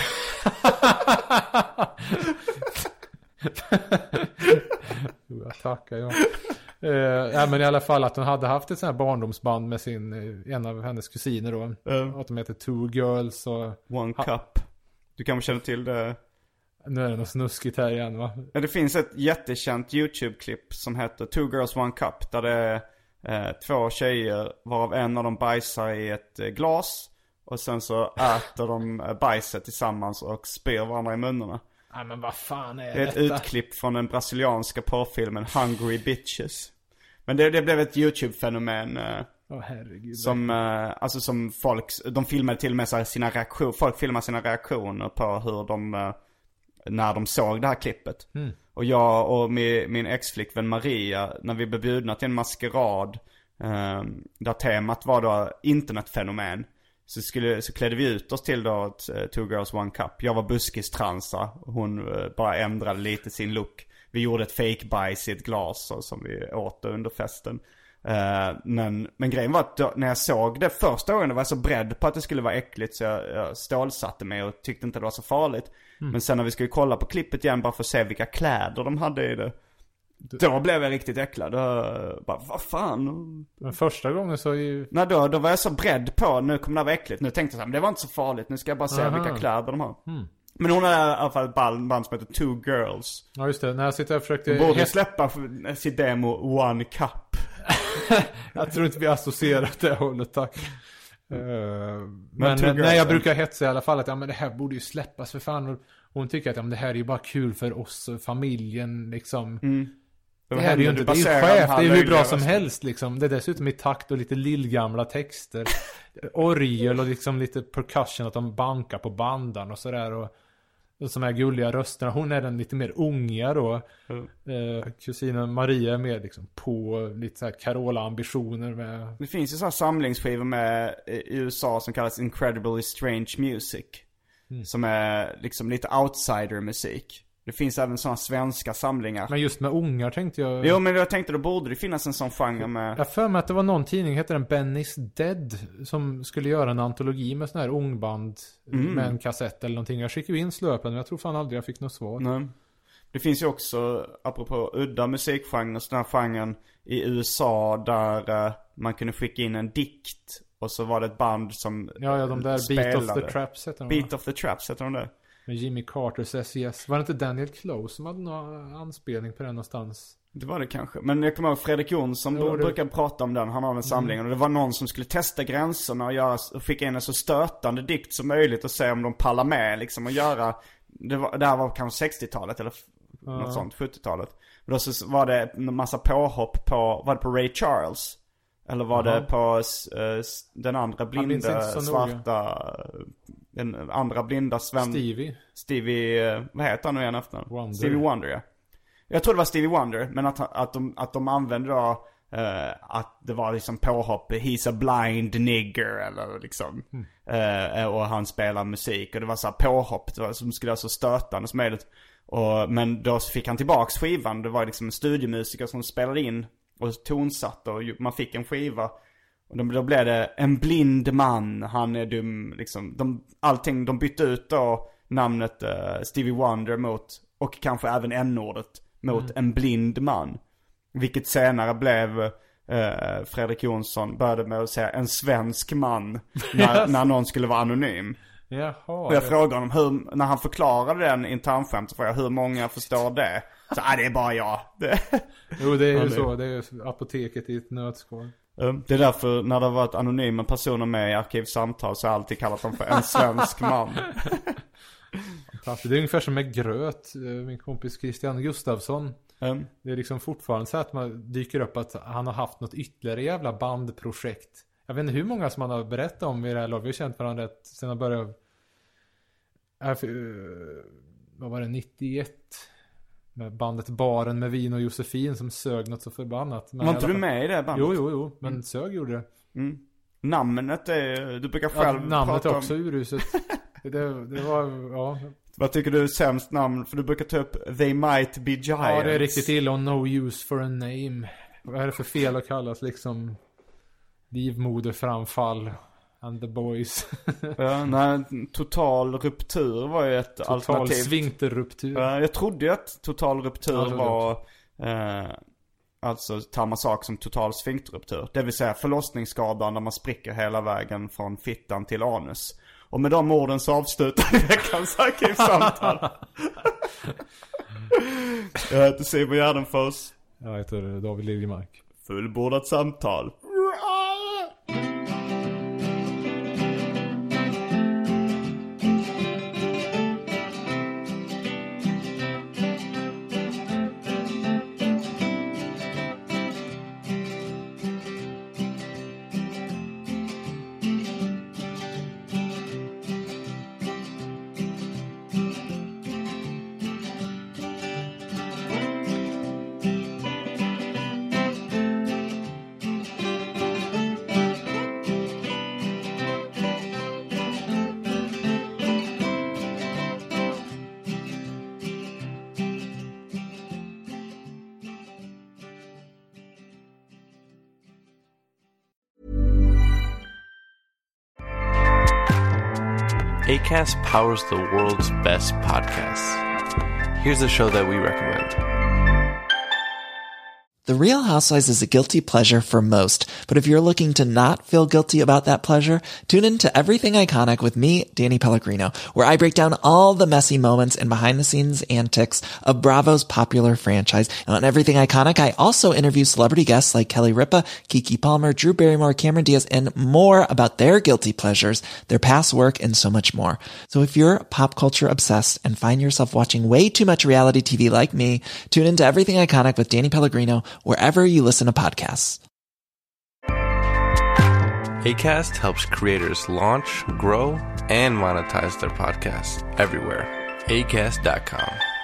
Jo, jag tackar, ja. Uh, ja, men i alla fall att hon hade haft ett sånt här barndomsband med sin, uh, en av hennes kusiner då. Mm. Att de heter Two Girls och... One ha- Cup. Du kanske känner till det. Nu är det något snuskigt här igen, va? Ja, det finns ett jättekänt YouTube-klipp som heter Two Girls, One Cup. Där det är eh, två tjejer varav en av dem bajsar i ett eh, glas. Och sen så äter de eh, bajset tillsammans och spyr varandra i munnarna. Nej, men vad fan är det? Det är ett detta? Utklipp från den brasilianska porrfilmen Hungry Bitches. Men det, det blev ett YouTube-fenomen. Eh, oh, herregud. Som, eh, alltså som folk, de filmade till och med så här sina reaktioner. Folk filmade sina reaktioner på hur de, eh, när de såg det här klippet. Mm. Och jag och min, min ex-flickvän Maria, när vi blev bjudna till en maskerad, eh, där temat var då internetfenomen. Så, skulle, så klädde vi ut oss till då ett, Two Girls One Cup. Jag var buskistransa. Hon uh, bara ändrade lite sin look. Vi gjorde ett fake bajs i ett glas så, som vi åt under festen. Uh, men, men grejen var att då, när jag såg det första gången, var jag så beredd på att det skulle vara äckligt. Så jag, jag stålsatte mig och tyckte inte det var så farligt. Mm. Men sen när vi skulle kolla på klippet igen bara för att se vilka kläder de hade i det. Då blev jag riktigt äcklad. Då, bara, vad fan? Men första gången så ju... Nej, då, då var jag så beredd på, nu kommer det vara äckligt. Nu tänkte jag så här, det var inte så farligt. Nu ska jag bara se Aha. vilka kläder de har. Mm. Men hon har i alla fall ett band, band som heter Two Girls. Ja, just det. När jag sitter och försökte... De borde het... släppa sitt demo One Cup. Jag tror inte vi associerar det hållet, tack. Uh, men men när jag brukar hetsa i alla fall att ja, men det här borde ju släppas för fan. Och hon tycker att ja, men det här är ju bara kul för oss och familjen liksom. Mm. Det, det här är ju inte, det är ju chef, det är hur bra som helst liksom. Det är dessutom i takt och lite lillgamla texter. Orgel och liksom lite percussion, att de bankar på bandan och sådär. Och, och som är gulliga rösterna. Hon är den lite mer unga då. Mm. Eh, kusinen Maria är mer liksom på lite så här Carola-ambitioner med... Det finns ju så här samlingsskivor med i U S A som kallas Incredibly Strange Music. Mm. Som är liksom lite outsider-musik. Det finns även sådana svenska samlingar. Men just med ungar tänkte jag... Jo, men jag tänkte då borde det finnas en sån genre med... Jag för mig att det var någon tidning, heter den Benny's Dead, som skulle göra en antologi med sån här ungband mm. med en kassett eller någonting. Jag skickade in slöpen, men jag tror fan aldrig jag fick något svar. Nej. Det finns ju också, apropå udda musikgenre, sån här genren i U S A där uh, man kunde skicka in en dikt och så var det ett band som Ja, ja, de där spelade. Beat of the Traps heter de. Beat of the Traps heter de där. Med Jimmy Carters S E S. Var det inte Daniel Close som hade någon anspelning på den någonstans? Det var det kanske. Men jag kommer ihåg Fredrik Jonsson jo, det... brukar prata om den. Han har en samling. Mm. Och det var någon som skulle testa gränserna och, göra, och skicka in en så stötande dikt som möjligt och se om de pallar med liksom, och göra... Det, var, det här var kanske sextiotalet eller uh. något sånt, sjuttiotalet. Och då så var det en massa påhopp på... Var det på Ray Charles? Eller var uh-huh. det på uh, den andra blinda svarta... Den andra blinda Sven... Stevie. Stevie, vad heter han nu igen efter? Wonder. Stevie Wonder, ja. jag tror det var Stevie Wonder, men att, att, de, att de använde då uh, att det var liksom påhopp, he's a blind nigger eller liksom mm. uh, och han spelar musik och det var så här påhopp det var, som skulle vara så stötande som möjligt. Och, men då fick han tillbaks skivan. Det var liksom en studiemusiker som spelade in och tonsatte och man fick en skiva. Och då blev det en blind man, han är dum liksom. De, allting, de bytte ut då namnet uh, Stevie Wonder mot, och kanske även n-ordet mot mm. en blind man. Vilket senare blev uh, Fredrik Jonsson började med att säga en svensk man när, yes. när någon skulle vara anonym. Jaha, och jag frågade honom hur, när han förklarade den internskämt så frågade jag hur många förstår det. Så ah, det är bara jag. Det. Jo, det är ju så. Det är ju apoteket i ett nötskal. Det är därför när det har varit anonyma personer med i Arkivsamtal så har jag alltid kallat dem för en svensk man. Det är ungefär som med Gröt. Min kompis Christian Gustafsson. Mm. Det är liksom fortfarande så att man dyker upp att han har haft något ytterligare jävla bandprojekt. Jag vet inte hur många som han har berättat om i det här laget. Vi har känt varandra sedan han började. Vad var det? nittioett. Med bandet Baren med Vin och Josefin som sög något så förbannat. Men var inte du med i det bandet? Jo, jo, jo. Men mm. sög gjorde det. Mm. Namnet är... Du brukar själv ja, namnet prata om... också uruset. det, det var... Ja. Vad tycker du är sämst namn? För du brukar ta upp They Might Be Giants. Ja, det är riktigt illa och No Use for a Name. Vad är det för fel att kallas liksom... Livmoderframfall and the boys. Ja, nej, total ruptur var ju ett total alternativ. Total svinkterruptur. Ja, jag trodde ju att total ruptur ja, var eh, alltså samma sak som total sfinkterruptur. Det vill säga förlossningsskadan där man spricker hela vägen från fittan till anus. Och med de orden så avslutar vi veckans arkivsamtal. Jag heter Simon Gärdenfors. Jag heter David Liljemark. Fullbordat samtal. Acast powers the world's best podcasts. Here's a show that we recommend. The Real Housewives is a guilty pleasure for most, but if you're looking to not feel guilty about that pleasure, tune in to Everything Iconic with me, Danny Pellegrino, where I break down all the messy moments and behind-the-scenes antics of Bravo's popular franchise. And on Everything Iconic, I also interview celebrity guests like Kelly Ripa, Keke Palmer, Drew Barrymore, Cameron Diaz, and more about their guilty pleasures, their past work, and so much more. So if you're pop culture obsessed and find yourself watching way too much reality T V like me, tune into Everything Iconic with Danny Pellegrino, wherever you listen to podcasts. Acast helps creators launch, grow, and monetize their podcasts everywhere. Acast dot com.